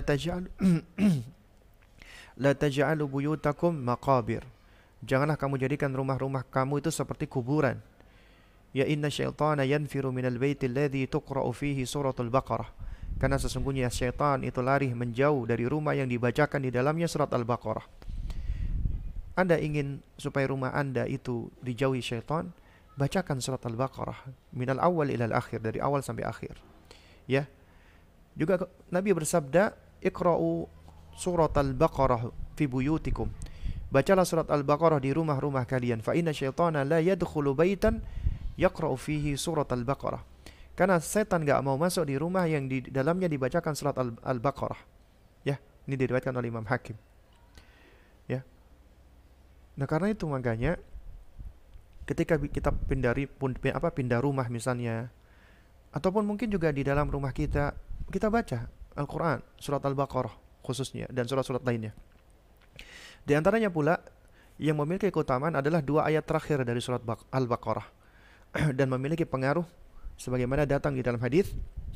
La taj'alu buyutakum maqabir. Janganlah kamu jadikan rumah-rumah kamu itu seperti kuburan. Ya inna syaitana yanfiru minal baiti alladhi tuqra'u fihi suratul Baqarah. Karena sesungguhnya syaitan itu lari menjauh dari rumah yang dibacakan di dalamnya surat Al-Baqarah. Anda ingin supaya rumah Anda itu dijauhi syaitan, bacakan surat Al-Baqarah minal awal ilal akhir, dari awal sampai akhir, ya. Juga Nabi bersabda, Iqra'u surat Al-Baqarah fi buyutikum. Bacalah surat Al-Baqarah di rumah-rumah kalian. Fa inna syaitana la yadkhulu baitan yaqra'u fihi surat Al-Baqarah. Karena setan enggak mau masuk di rumah yang di dalamnya dibacakan surat Al-Baqarah. Ya, ini diriwayatkan oleh Imam Hakim. Ya. Nah, karena itu makanya ketika kita pindah rumah misalnya, ataupun mungkin juga di dalam rumah kita baca Al-Qur'an, surat Al-Baqarah khususnya dan surat-surat lainnya. Di antaranya pula yang memiliki keutamaan adalah 2 ayat terakhir dari surat Al-Baqarah dan memiliki pengaruh sebagaimana datang di dalam hadis.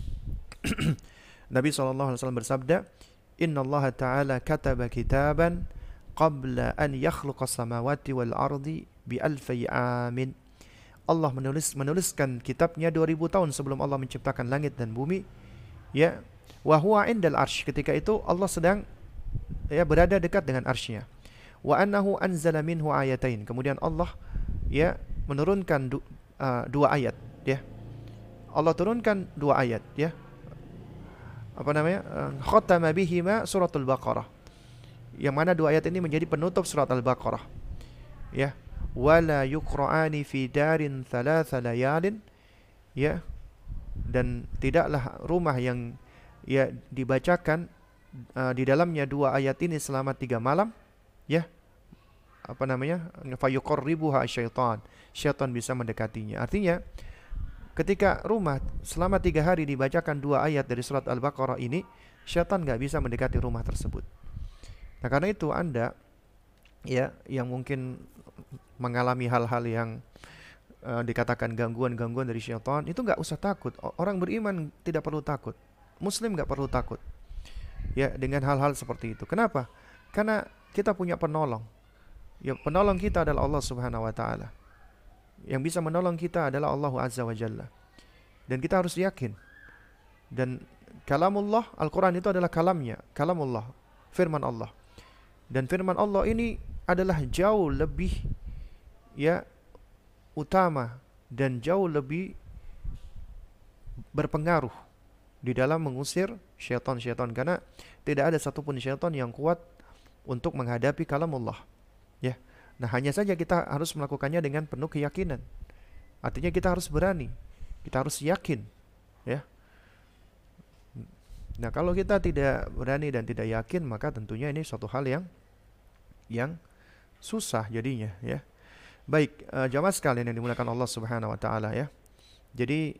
Nabi SAW bersabda, Inna Allah Ta'ala kataba kitaban qabla an yakhluqas samawati wal ardi bi alfi amin. Allah menuliskan kitabnya 2000 tahun sebelum Allah menciptakan langit dan bumi, ya. Wa huwa indal arsy, ketika itu Allah sedang berada dekat dengan arsy-Nya. Wa annahu anzala minhu ayatain, kemudian Allah menurunkan 2 ayat, ya. Allah turunkan 2 ayat, ya. Khatama bihima suratul Baqarah. Yang mana 2 ayat ini menjadi penutup surat Al-Baqarah. Ya. Wala yuqra'ani fi darin thalatha layalin, ya. Dan tidaklah rumah yang dibacakan di dalamnya 2 ayat ini selama 3 malam, ya. Fayuqarribuha syaitan. Syaitan bisa mendekatinya. Artinya ketika rumah selama 3 hari dibacakan 2 ayat dari surat Al-Baqarah ini, syaitan gak bisa mendekati rumah tersebut. Nah, karena itu Anda yang mungkin mengalami hal-hal yang dikatakan gangguan-gangguan dari syaitan, itu gak usah takut. Orang beriman tidak perlu takut. Muslim gak perlu takut, ya, dengan hal-hal seperti itu. Kenapa? Karena kita punya penolong. Ya, penolong kita adalah Allah Subhanahu wa taala. Yang bisa menolong kita adalah Allah Azza wa Jalla. Dan kita harus yakin. Dan kalamullah, Al-Qur'an itu adalah kalamnya, kalamullah, firman Allah. Dan firman Allah ini adalah jauh lebih utama dan jauh lebih berpengaruh di dalam mengusir syaitan-syaitan, karena tidak ada satupun syaitan yang kuat untuk menghadapi kalamullah, ya. Nah, hanya saja kita harus melakukannya dengan penuh keyakinan. Artinya kita harus berani, kita harus yakin, ya. Nah, kalau kita tidak berani dan tidak yakin, maka tentunya ini suatu hal yang susah jadinya, ya. Baik, jamaah sekalian yang dimuliakan Allah Subhanahu wa taala, ya. Jadi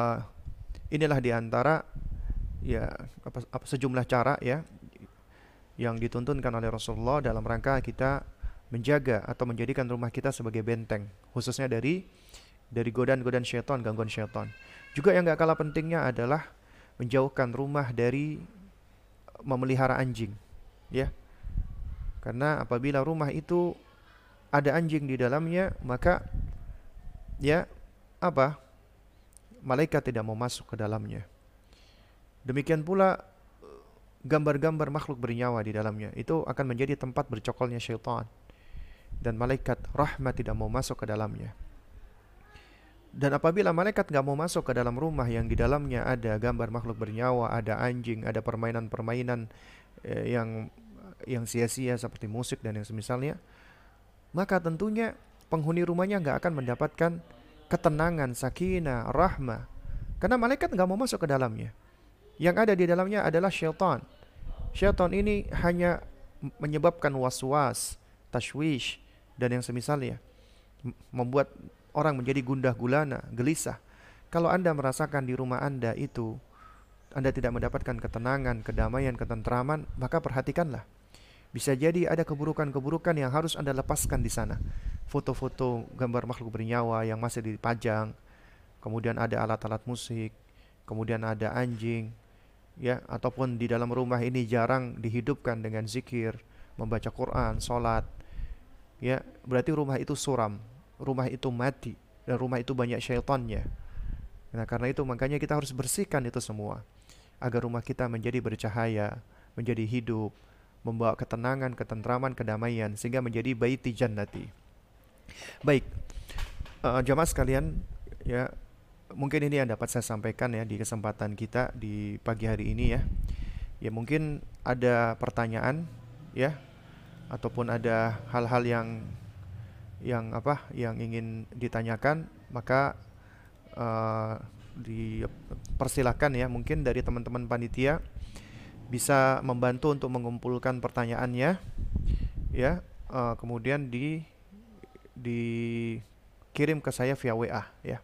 inilah diantara sejumlah cara, ya, yang dituntunkan oleh Rasulullah dalam rangka kita menjaga atau menjadikan rumah kita sebagai benteng, khususnya dari godaan-godaan syaitan, gangguan syaitan. Juga yang gak kalah pentingnya adalah menjauhkan rumah dari memelihara anjing, ya. Karena apabila rumah itu ada anjing di dalamnya, maka ya apa? Malaikat tidak mau masuk ke dalamnya. Demikian pula gambar-gambar makhluk bernyawa di dalamnya itu akan menjadi tempat bercokolnya syaitan, dan malaikat rahmat tidak mau masuk ke dalamnya. Dan apabila malaikat nggak mau masuk ke dalam rumah yang di dalamnya ada gambar makhluk bernyawa, ada anjing, ada permainan-permainan yang sia-sia seperti musik dan yang semisalnya, maka tentunya penghuni rumahnya nggak akan mendapatkan ketenangan, sakinah, rahmah, karena malaikat nggak mau masuk ke dalamnya. Yang ada di dalamnya adalah syaitan. Syaitan ini hanya menyebabkan was-was, tashwish, dan yang semisalnya, membuat orang menjadi gundah gulana, gelisah. Kalau Anda merasakan di rumah Anda itu Anda tidak mendapatkan ketenangan, kedamaian, ketentraman, maka perhatikanlah. Bisa jadi ada keburukan-keburukan yang harus Anda lepaskan di sana. Foto-foto gambar makhluk bernyawa yang masih dipajang, kemudian ada alat-alat musik, kemudian ada anjing, ya, ataupun di dalam rumah ini jarang dihidupkan dengan zikir, membaca Quran, sholat, ya, berarti rumah itu suram, rumah itu mati, dan rumah itu banyak syaitannya. Nah, karena itu makanya kita harus bersihkan itu semua agar rumah kita menjadi bercahaya, menjadi hidup, membawa ketenangan, ketentraman, kedamaian, sehingga menjadi baiti jannati. Baik, jamaah sekalian, ya, mungkin ini yang dapat saya sampaikan ya di kesempatan kita di pagi hari ini ya. Ya, mungkin ada pertanyaan ya, ataupun ada hal-hal yang ingin ditanyakan, maka dipersilahkan ya, mungkin dari teman-teman panitia bisa membantu untuk mengumpulkan pertanyaannya ya, kemudian dikirim ke saya via WA ya.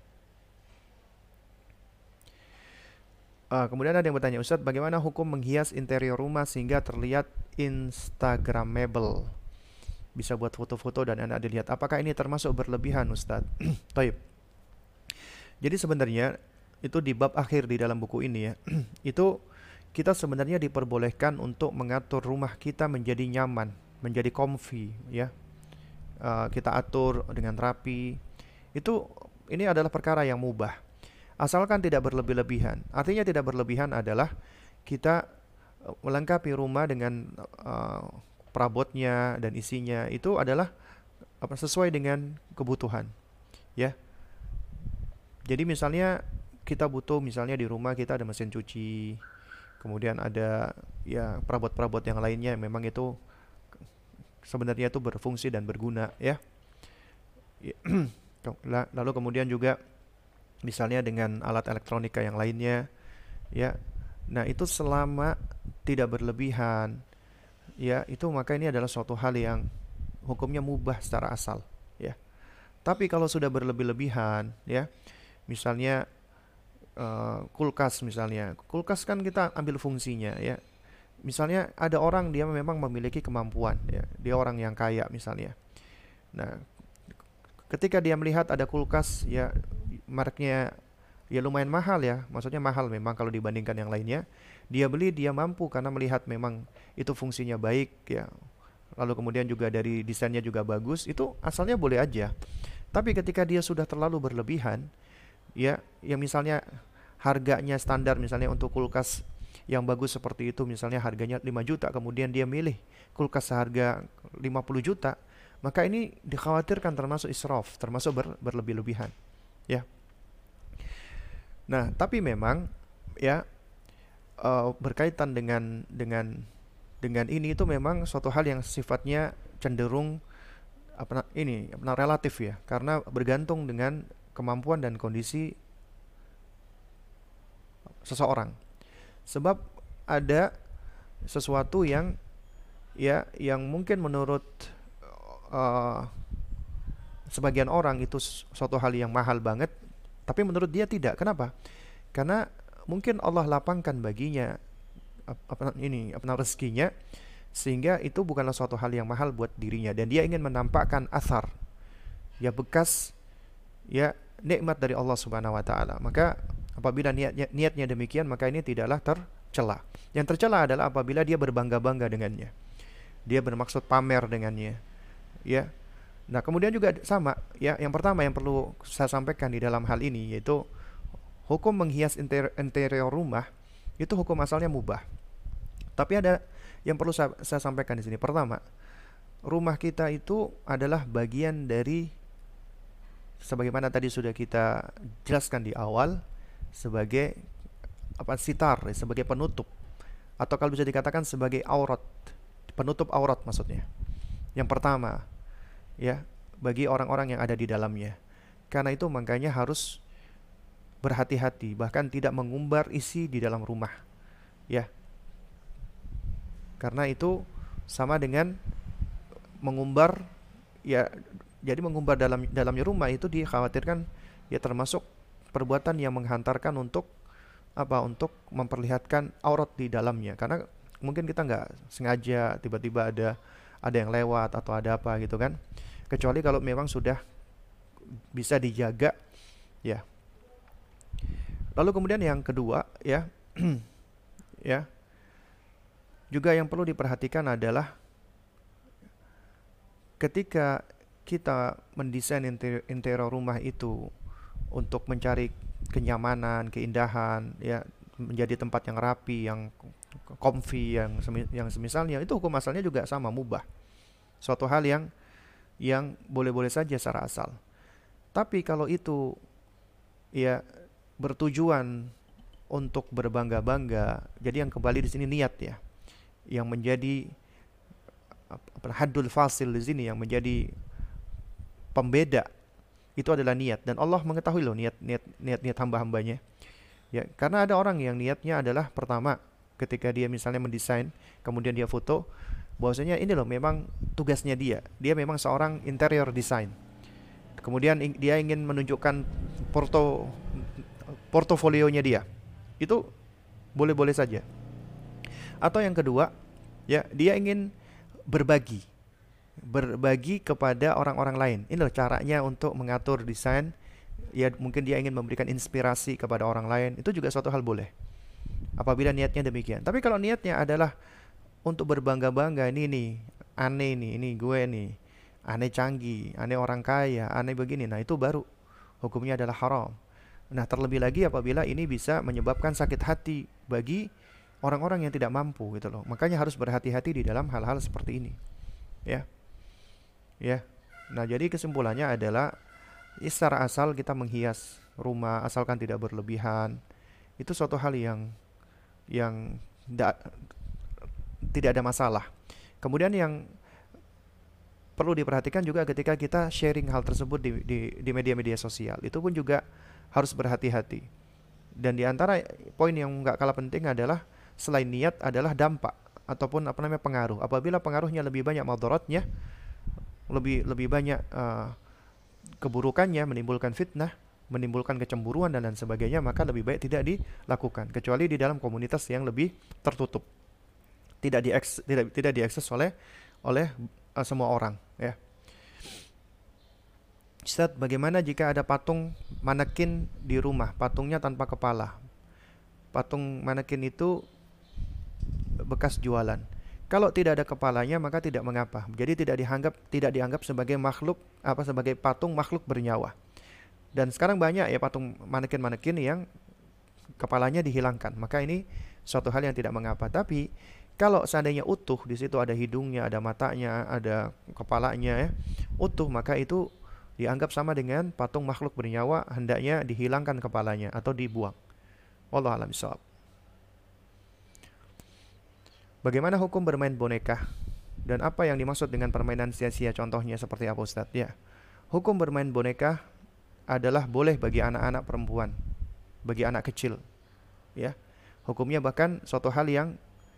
Kemudian ada yang bertanya, Ustadz, bagaimana hukum menghias interior rumah sehingga terlihat instagramable, bisa buat foto-foto dan enak dilihat. Apakah ini termasuk berlebihan, Ustadz? Taib. Jadi sebenarnya itu di bab akhir di dalam buku ini ya, itu kita sebenarnya diperbolehkan untuk mengatur rumah kita menjadi nyaman, menjadi comfy ya. Kita atur dengan rapi. Ini adalah perkara yang mubah, asalkan tidak berlebih-lebihan. Artinya tidak berlebihan adalah kita melengkapi rumah dengan perabotnya dan isinya itu adalah sesuai dengan kebutuhan ya. Jadi misalnya kita butuh, misalnya di rumah kita ada mesin cuci, kemudian ada ya perabot-perabot yang lainnya yang memang itu sebenarnya itu berfungsi dan berguna ya. Lalu kemudian juga misalnya dengan alat elektronika yang lainnya ya. Nah, itu selama tidak berlebihan ya, itu maka ini adalah suatu hal yang hukumnya mubah secara asal ya. Tapi kalau sudah berlebih-lebihan ya, misalnya kulkas misalnya. Kulkas kan kita ambil fungsinya ya. Misalnya ada orang dia memang memiliki kemampuan ya, dia orang yang kaya misalnya. Nah, ketika dia melihat ada kulkas ya, mereknya ya lumayan mahal ya, maksudnya mahal memang kalau dibandingkan yang lainnya, dia beli, dia mampu karena melihat memang itu fungsinya baik ya, lalu kemudian juga dari desainnya juga bagus, itu asalnya boleh aja. Tapi ketika dia sudah terlalu berlebihan ya, yang misalnya harganya standar, misalnya untuk kulkas yang bagus seperti itu misalnya harganya 5 juta, kemudian dia milih kulkas seharga 50 juta, maka ini dikhawatirkan termasuk israf, termasuk berlebih-lebihan ya. Nah, tapi memang ya berkaitan dengan ini, itu memang suatu hal yang sifatnya cenderung relatif ya, karena bergantung dengan kemampuan dan kondisi seseorang. Sebab ada sesuatu yang mungkin menurut sebagian orang itu suatu hal yang mahal banget, tapi menurut dia tidak. Kenapa? Karena mungkin Allah lapangkan baginya rezekinya sehingga itu bukanlah suatu hal yang mahal buat dirinya, dan dia ingin menampakkan athar, ya bekas, ya nikmat dari Allah Subhanahu wa taala. Maka apabila niatnya demikian, maka ini tidaklah tercela. Yang tercela adalah apabila dia berbangga-bangga dengannya. Dia bermaksud pamer dengannya. Ya. Nah, kemudian juga sama, ya, yang pertama yang perlu saya sampaikan di dalam hal ini yaitu hukum menghias interior rumah itu hukum asalnya mubah. Tapi ada yang perlu saya sampaikan di sini. Pertama, rumah kita itu adalah bagian dari, sebagaimana tadi sudah kita jelaskan di awal, sebagai apa, sitar, sebagai penutup, atau kalau bisa dikatakan sebagai aurat, penutup aurat maksudnya. Yang pertama, ya, bagi orang-orang yang ada di dalamnya. Karena itu makanya harus berhati-hati, bahkan tidak mengumbar isi di dalam rumah, ya. Karena itu sama dengan mengumbar, ya. Jadi mengumbar dalamnya rumah itu dikhawatirkan ya termasuk perbuatan yang menghantarkan untuk apa? Untuk memperlihatkan aurat di dalamnya. Karena mungkin kita nggak sengaja tiba-tiba ada yang lewat atau ada apa gitu kan. Kecuali kalau memang sudah bisa dijaga, ya. Lalu kemudian yang kedua, ya, ya, juga yang perlu diperhatikan adalah ketika kita mendesain interior rumah itu untuk mencari kenyamanan, keindahan, ya, menjadi tempat yang rapi, yang comfy, yang semisalnya, itu hukum asalnya juga sama, mubah. Suatu hal yang boleh-boleh saja secara asal. Tapi kalau itu ya bertujuan untuk berbangga-bangga, jadi yang kembali di sini niat, ya, yang menjadi haddul fasil di sini, yang menjadi pembeda, itu adalah niat. Dan Allah mengetahui loh niat hamba-hambanya, ya. Karena ada orang yang niatnya adalah pertama ketika dia misalnya mendesain, kemudian dia foto, bahwasanya ini loh memang tugasnya dia memang seorang interior design. Kemudian dia ingin menunjukkan portofolionya dia. Itu boleh-boleh saja. Atau yang kedua, ya, dia ingin berbagi kepada orang-orang lain. Ini loh caranya untuk mengatur desain. Ya, mungkin dia ingin memberikan inspirasi kepada orang lain. Itu juga suatu hal boleh, apabila niatnya demikian. Tapi kalau niatnya adalah untuk berbangga-bangga, ini nih, aneh nih, ini gue nih, aneh canggih, aneh orang kaya, aneh begini, nah itu baru hukumnya adalah haram. Nah, terlebih lagi apabila ini bisa menyebabkan sakit hati bagi orang-orang yang tidak mampu gitu loh. Makanya harus berhati-hati di dalam hal-hal seperti ini. Ya. Ya. Nah, jadi kesimpulannya adalah secara asal kita menghias rumah asalkan tidak berlebihan. Itu suatu hal yang tidak ada masalah. Kemudian yang perlu diperhatikan juga ketika kita sharing hal tersebut di media-media sosial, itu pun juga harus berhati-hati. Dan di antara poin yang nggak kalah penting adalah selain niat adalah dampak ataupun pengaruh. Apabila pengaruhnya lebih banyak madaratnya, lebih banyak keburukannya, menimbulkan fitnah, menimbulkan kecemburuan dan lain sebagainya, maka lebih baik tidak dilakukan, kecuali di dalam komunitas yang lebih tertutup, tidak diakses oleh semua orang, ya. Ustaz, bagaimana jika ada patung manekin di rumah, patungnya tanpa kepala? Patung manekin itu bekas jualan. Kalau tidak ada kepalanya maka tidak mengapa. Jadi tidak dianggap sebagai sebagai patung makhluk bernyawa. Dan sekarang banyak ya patung manekin-manekin yang kepalanya dihilangkan. Maka ini suatu hal yang tidak mengapa. Tapi kalau seandainya utuh, di situ ada hidungnya, ada matanya, ada kepalanya, ya, utuh, maka itu dianggap sama dengan patung makhluk bernyawa, hendaknya dihilangkan kepalanya atau dibuang. Wallahu a'lam bishawab. Bagaimana hukum bermain boneka? Dan apa yang dimaksud dengan permainan sia-sia? Contohnya seperti apa, Ustaz? Ya. Hukum bermain boneka adalah boleh bagi anak-anak perempuan, bagi anak kecil. Ya. Hukumnya bahkan suatu hal yang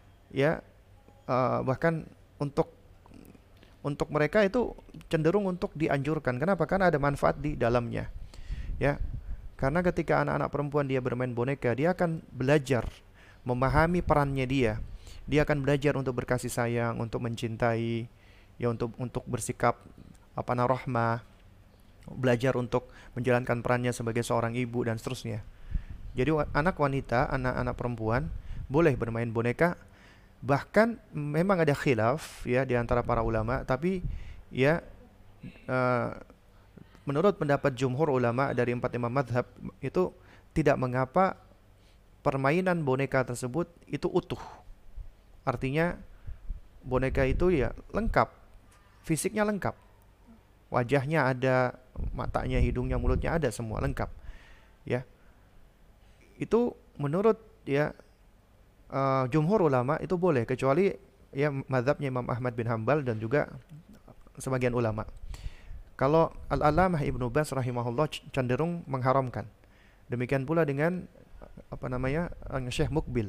bahkan untuk mereka itu cenderung untuk dianjurkan. Kenapa? Karena ada manfaat di dalamnya. Ya. Karena ketika anak-anak perempuan dia bermain boneka, dia akan belajar memahami perannya dia. Dia akan belajar untuk berkasih sayang, untuk mencintai, ya untuk bersikap rahmah, belajar untuk menjalankan perannya sebagai seorang ibu dan seterusnya. Jadi anak wanita, anak-anak perempuan boleh bermain boneka. Bahkan memang ada khilaf ya di antara para ulama, tapi ya eh, menurut pendapat jumhur ulama dari 4 imam madhab itu tidak mengapa permainan boneka tersebut itu utuh. Artinya boneka itu ya lengkap, fisiknya lengkap, wajahnya ada, matanya, hidungnya, mulutnya ada, semua lengkap. Ya, itu menurut ya jumhur ulama itu boleh, kecuali ya mazhabnya Imam Ahmad bin Hambal dan juga sebagian ulama. Kalau Al-Alamah Ibnu Baz rahimahullah cenderung mengharamkan. Demikian pula dengan Syekh Mukbil.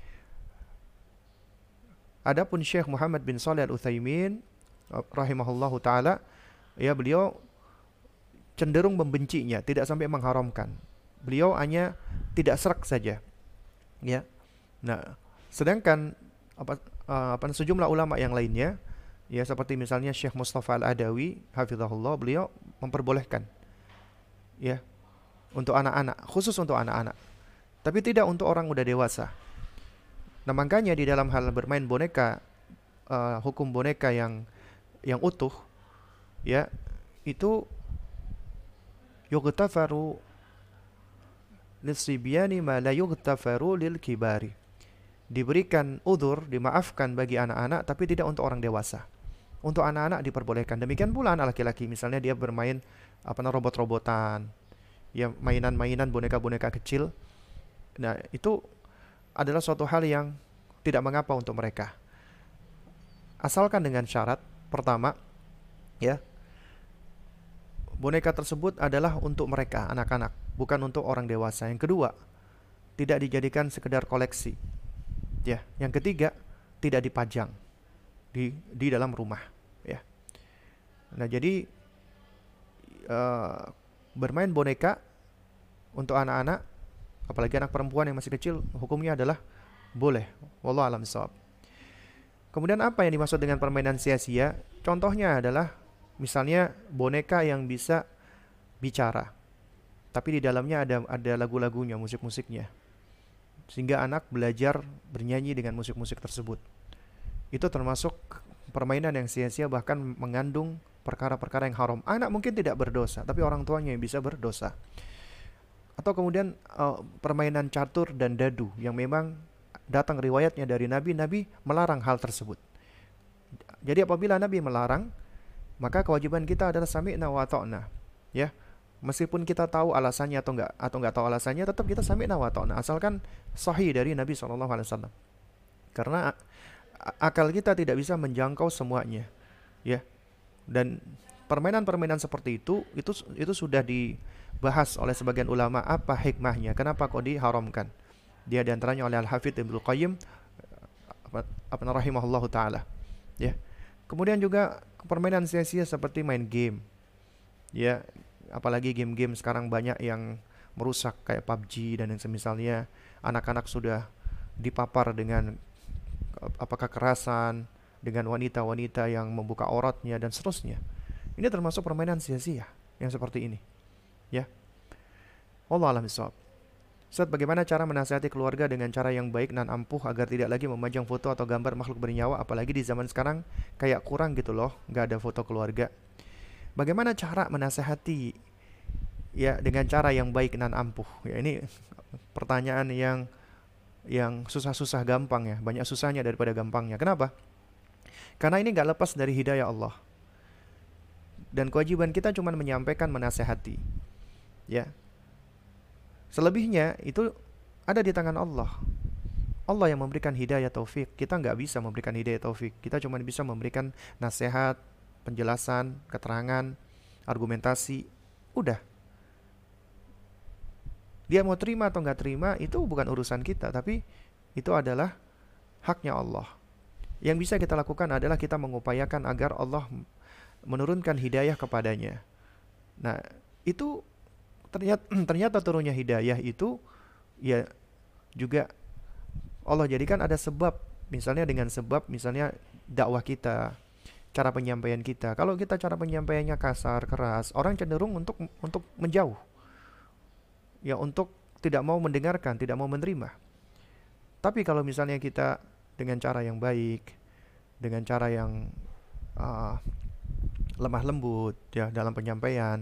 Adapun Syekh Muhammad bin Shalih Al-Utsaimin rahimahullahu taala, ya beliau cenderung membencinya, tidak sampai mengharamkan. Beliau hanya tidak serak saja. Ya. Nah, sedangkan sejumlah ulama yang lainnya, ya seperti misalnya Syekh Mustafa Al-Adawi hafizahullah, beliau memperbolehkan ya untuk anak-anak, khusus untuk anak-anak. Tapi tidak untuk orang udah dewasa. Nah, makanya di dalam hal bermain boneka, hukum boneka yang utuh ya itu yughtafaru lis-sibyani ma la yughtafaru lil kibari. Diberikan udzur, dimaafkan bagi anak-anak, tapi tidak untuk orang dewasa. Untuk anak-anak diperbolehkan. Demikian pula anak laki-laki, misalnya dia bermain robot-robotan, ya mainan-mainan boneka-boneka kecil. Nah, itu adalah suatu hal yang tidak mengapa untuk mereka. Asalkan dengan syarat pertama, ya, boneka tersebut adalah untuk mereka, anak-anak, bukan untuk orang dewasa. Yang kedua, tidak dijadikan sekedar koleksi. Ya, yang ketiga, tidak dipajang di dalam rumah, ya. Nah, jadi bermain boneka untuk anak-anak, apalagi anak perempuan yang masih kecil, hukumnya adalah boleh. Wallahu a'lam bishawab. Kemudian apa yang dimaksud dengan permainan sia-sia? Contohnya adalah misalnya boneka yang bisa bicara, tapi di dalamnya ada lagu-lagunya, musik-musiknya, sehingga anak belajar bernyanyi dengan musik-musik tersebut. Itu termasuk permainan yang sia-sia, bahkan mengandung perkara-perkara yang haram. Anak mungkin tidak berdosa, tapi orang tuanya yang bisa berdosa. Atau kemudian permainan catur dan dadu yang memang datang riwayatnya dari Nabi melarang hal tersebut. Jadi apabila Nabi melarang, maka kewajiban kita adalah sami'na wa ta'na, ya. Meskipun kita tahu alasannya atau enggak tahu alasannya, tetap kita sami'na wa ta'na, asalkan sahih dari Nabi SAW. Karena akal kita tidak bisa menjangkau semuanya, ya. Dan permainan-permainan seperti itu sudah dibahas oleh sebagian ulama, apa hikmahnya, kenapa kok diharamkan. Dia diantaranya oleh Al-Hafidz Ibnu Qayyim rahimahullahu taala, ya. Kemudian juga permainan sia-sia seperti main game, ya. Apalagi game-game sekarang banyak yang merusak kayak PUBG dan yang semisalnya. Anak-anak sudah dipapar dengan kekerasan, dengan wanita-wanita yang membuka auratnya dan seterusnya. Ini termasuk permainan sia-sia yang seperti ini, ya. Wallahu a'lam bishawab. Ustaz, bagaimana cara menasihati keluarga dengan cara yang baik dan ampuh agar tidak lagi memajang foto atau gambar makhluk bernyawa, apalagi di zaman sekarang kayak kurang gitu loh, nggak ada foto keluarga. Bagaimana cara menasihati ya dengan cara yang baik dan ampuh? Ya, ini pertanyaan yang susah-susah gampang, ya. Banyak susahnya daripada gampangnya. Kenapa? Karena ini nggak lepas dari hidayah Allah. Dan kewajiban kita cuma menyampaikan, menasihati, ya. Selebihnya itu ada di tangan Allah. Allah yang memberikan hidayah taufik. Kita nggak bisa memberikan hidayah taufik. Kita cuma bisa memberikan nasihat, penjelasan, keterangan, argumentasi. Udah. Dia mau terima atau nggak terima itu bukan urusan kita, tapi itu adalah haknya Allah. Yang bisa kita lakukan adalah kita mengupayakan agar Allah menurunkan hidayah kepadanya. Nah, itu ternyata turunnya hidayah itu ya juga Allah jadikan ada sebab Misalnya dengan sebab misalnya dakwah kita, cara penyampaian kita. Kalau kita cara penyampaiannya kasar, keras, orang cenderung untuk menjauh, ya untuk tidak mau mendengarkan, tidak mau menerima. Tapi kalau misalnya kita dengan cara yang baik, dengan cara yang uh, lemah lembut ya dalam penyampaian,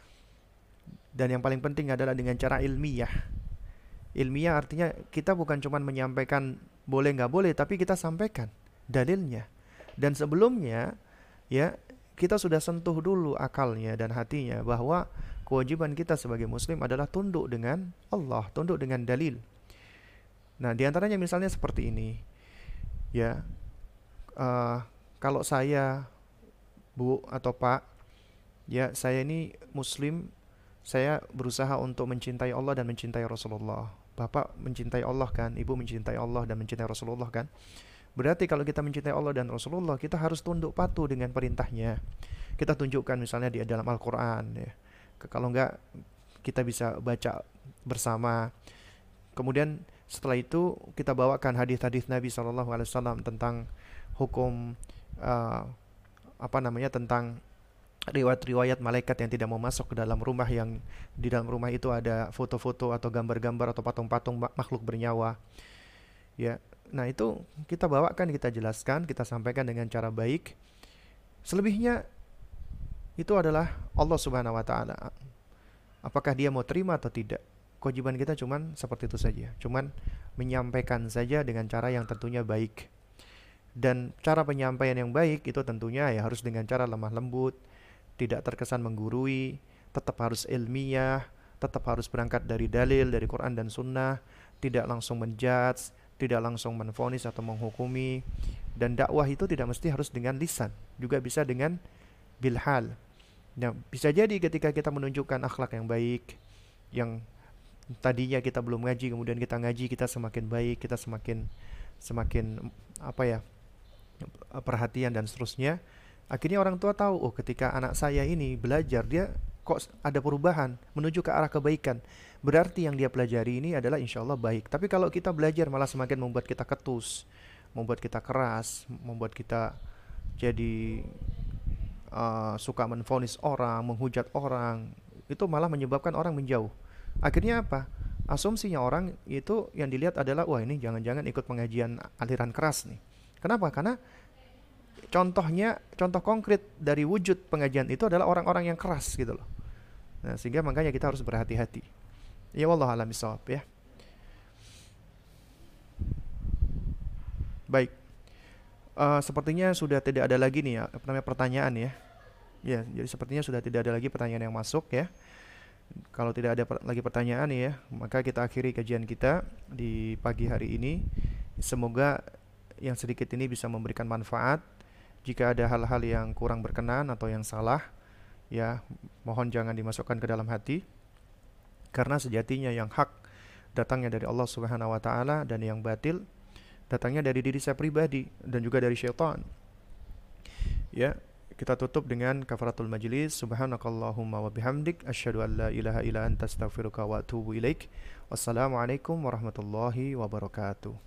dan yang paling penting adalah dengan cara ilmiah. Ilmiah artinya kita bukan cuma menyampaikan boleh nggak boleh, tapi kita sampaikan dalilnya. Dan sebelumnya ya kita sudah sentuh dulu akalnya dan hatinya bahwa kewajiban kita sebagai muslim adalah tunduk dengan Allah, tunduk dengan dalil. Nah, diantaranya misalnya seperti ini, ya, eh, kalau saya, Bu atau Pak, ya saya ini muslim, saya berusaha untuk mencintai Allah dan mencintai Rasulullah. Bapak mencintai Allah kan, Ibu mencintai Allah dan mencintai Rasulullah kan. Berarti kalau kita mencintai Allah dan Rasulullah, kita harus tunduk patuh dengan perintahnya. Kita tunjukkan misalnya di dalam Al-Quran ya. Kalau enggak, kita bisa baca bersama. Kemudian setelah itu kita bawakan hadis-hadis Nabi SAW tentang hukum, uh, apa namanya, tentang riwayat-riwayat malaikat yang tidak mau masuk ke dalam rumah, yang di dalam rumah itu ada foto-foto atau gambar-gambar atau patung-patung makhluk bernyawa. Ya, nah itu kita bawakan, kita jelaskan, kita sampaikan dengan cara baik. Selebihnya itu adalah Allah Subhanahu wa taala. Apakah dia mau terima atau tidak? Kewajiban kita cuman seperti itu saja. Cuman menyampaikan saja dengan cara yang tentunya baik. Dan cara penyampaian yang baik itu tentunya ya harus dengan cara lemah lembut, tidak terkesan menggurui, tetap harus ilmiah, tetap harus berangkat dari dalil, dari Quran dan Sunnah, tidak langsung menjudge, tidak langsung menvonis atau menghukumi. Dan dakwah itu tidak mesti harus dengan lisan, juga bisa dengan bilhal. Nah, bisa jadi ketika kita menunjukkan akhlak yang baik, yang tadinya kita belum ngaji, kemudian kita ngaji, kita semakin baik, kita semakin semakin apa ya, perhatian dan seterusnya. Akhirnya orang tua tahu, oh ketika anak saya ini belajar, dia kok ada perubahan menuju ke arah kebaikan. Berarti yang dia pelajari ini adalah insya Allah baik. Tapi kalau kita belajar malah semakin membuat kita ketus, membuat kita keras, membuat kita jadi suka menvonis orang, menghujat orang, itu malah menyebabkan orang menjauh. Akhirnya apa? Asumsinya orang itu yang dilihat adalah, wah ini jangan-jangan ikut pengajian aliran keras nih. Kenapa? Karena contohnya, contoh konkret dari wujud pengajian itu adalah orang-orang yang keras gitu loh. Nah, sehingga makanya kita harus berhati-hati. Ya wallahu a'lam bishawab ya. Baik. Sepertinya sudah tidak ada lagi nih ya, apa namanya, pertanyaan ya. Ya, jadi sepertinya sudah tidak ada lagi pertanyaan yang masuk ya. Kalau tidak ada lagi pertanyaan ya, maka kita akhiri kajian kita di pagi hari ini. Semoga yang sedikit ini bisa memberikan manfaat. Jika ada hal-hal yang kurang berkenan atau yang salah, ya mohon jangan dimasukkan ke dalam hati. Karena sejatinya yang hak datangnya dari Allah Subhanahu wa taala, dan yang batil datangnya dari diri saya pribadi dan juga dari syaitan. Ya, kita tutup dengan kafaratul majlis. Subhanakallahumma wa bihamdik asyhadu an la ilaha illa anta astaghfiruka wa atubu ilaik. Wassalamualaikum warahmatullahi wabarakatuh.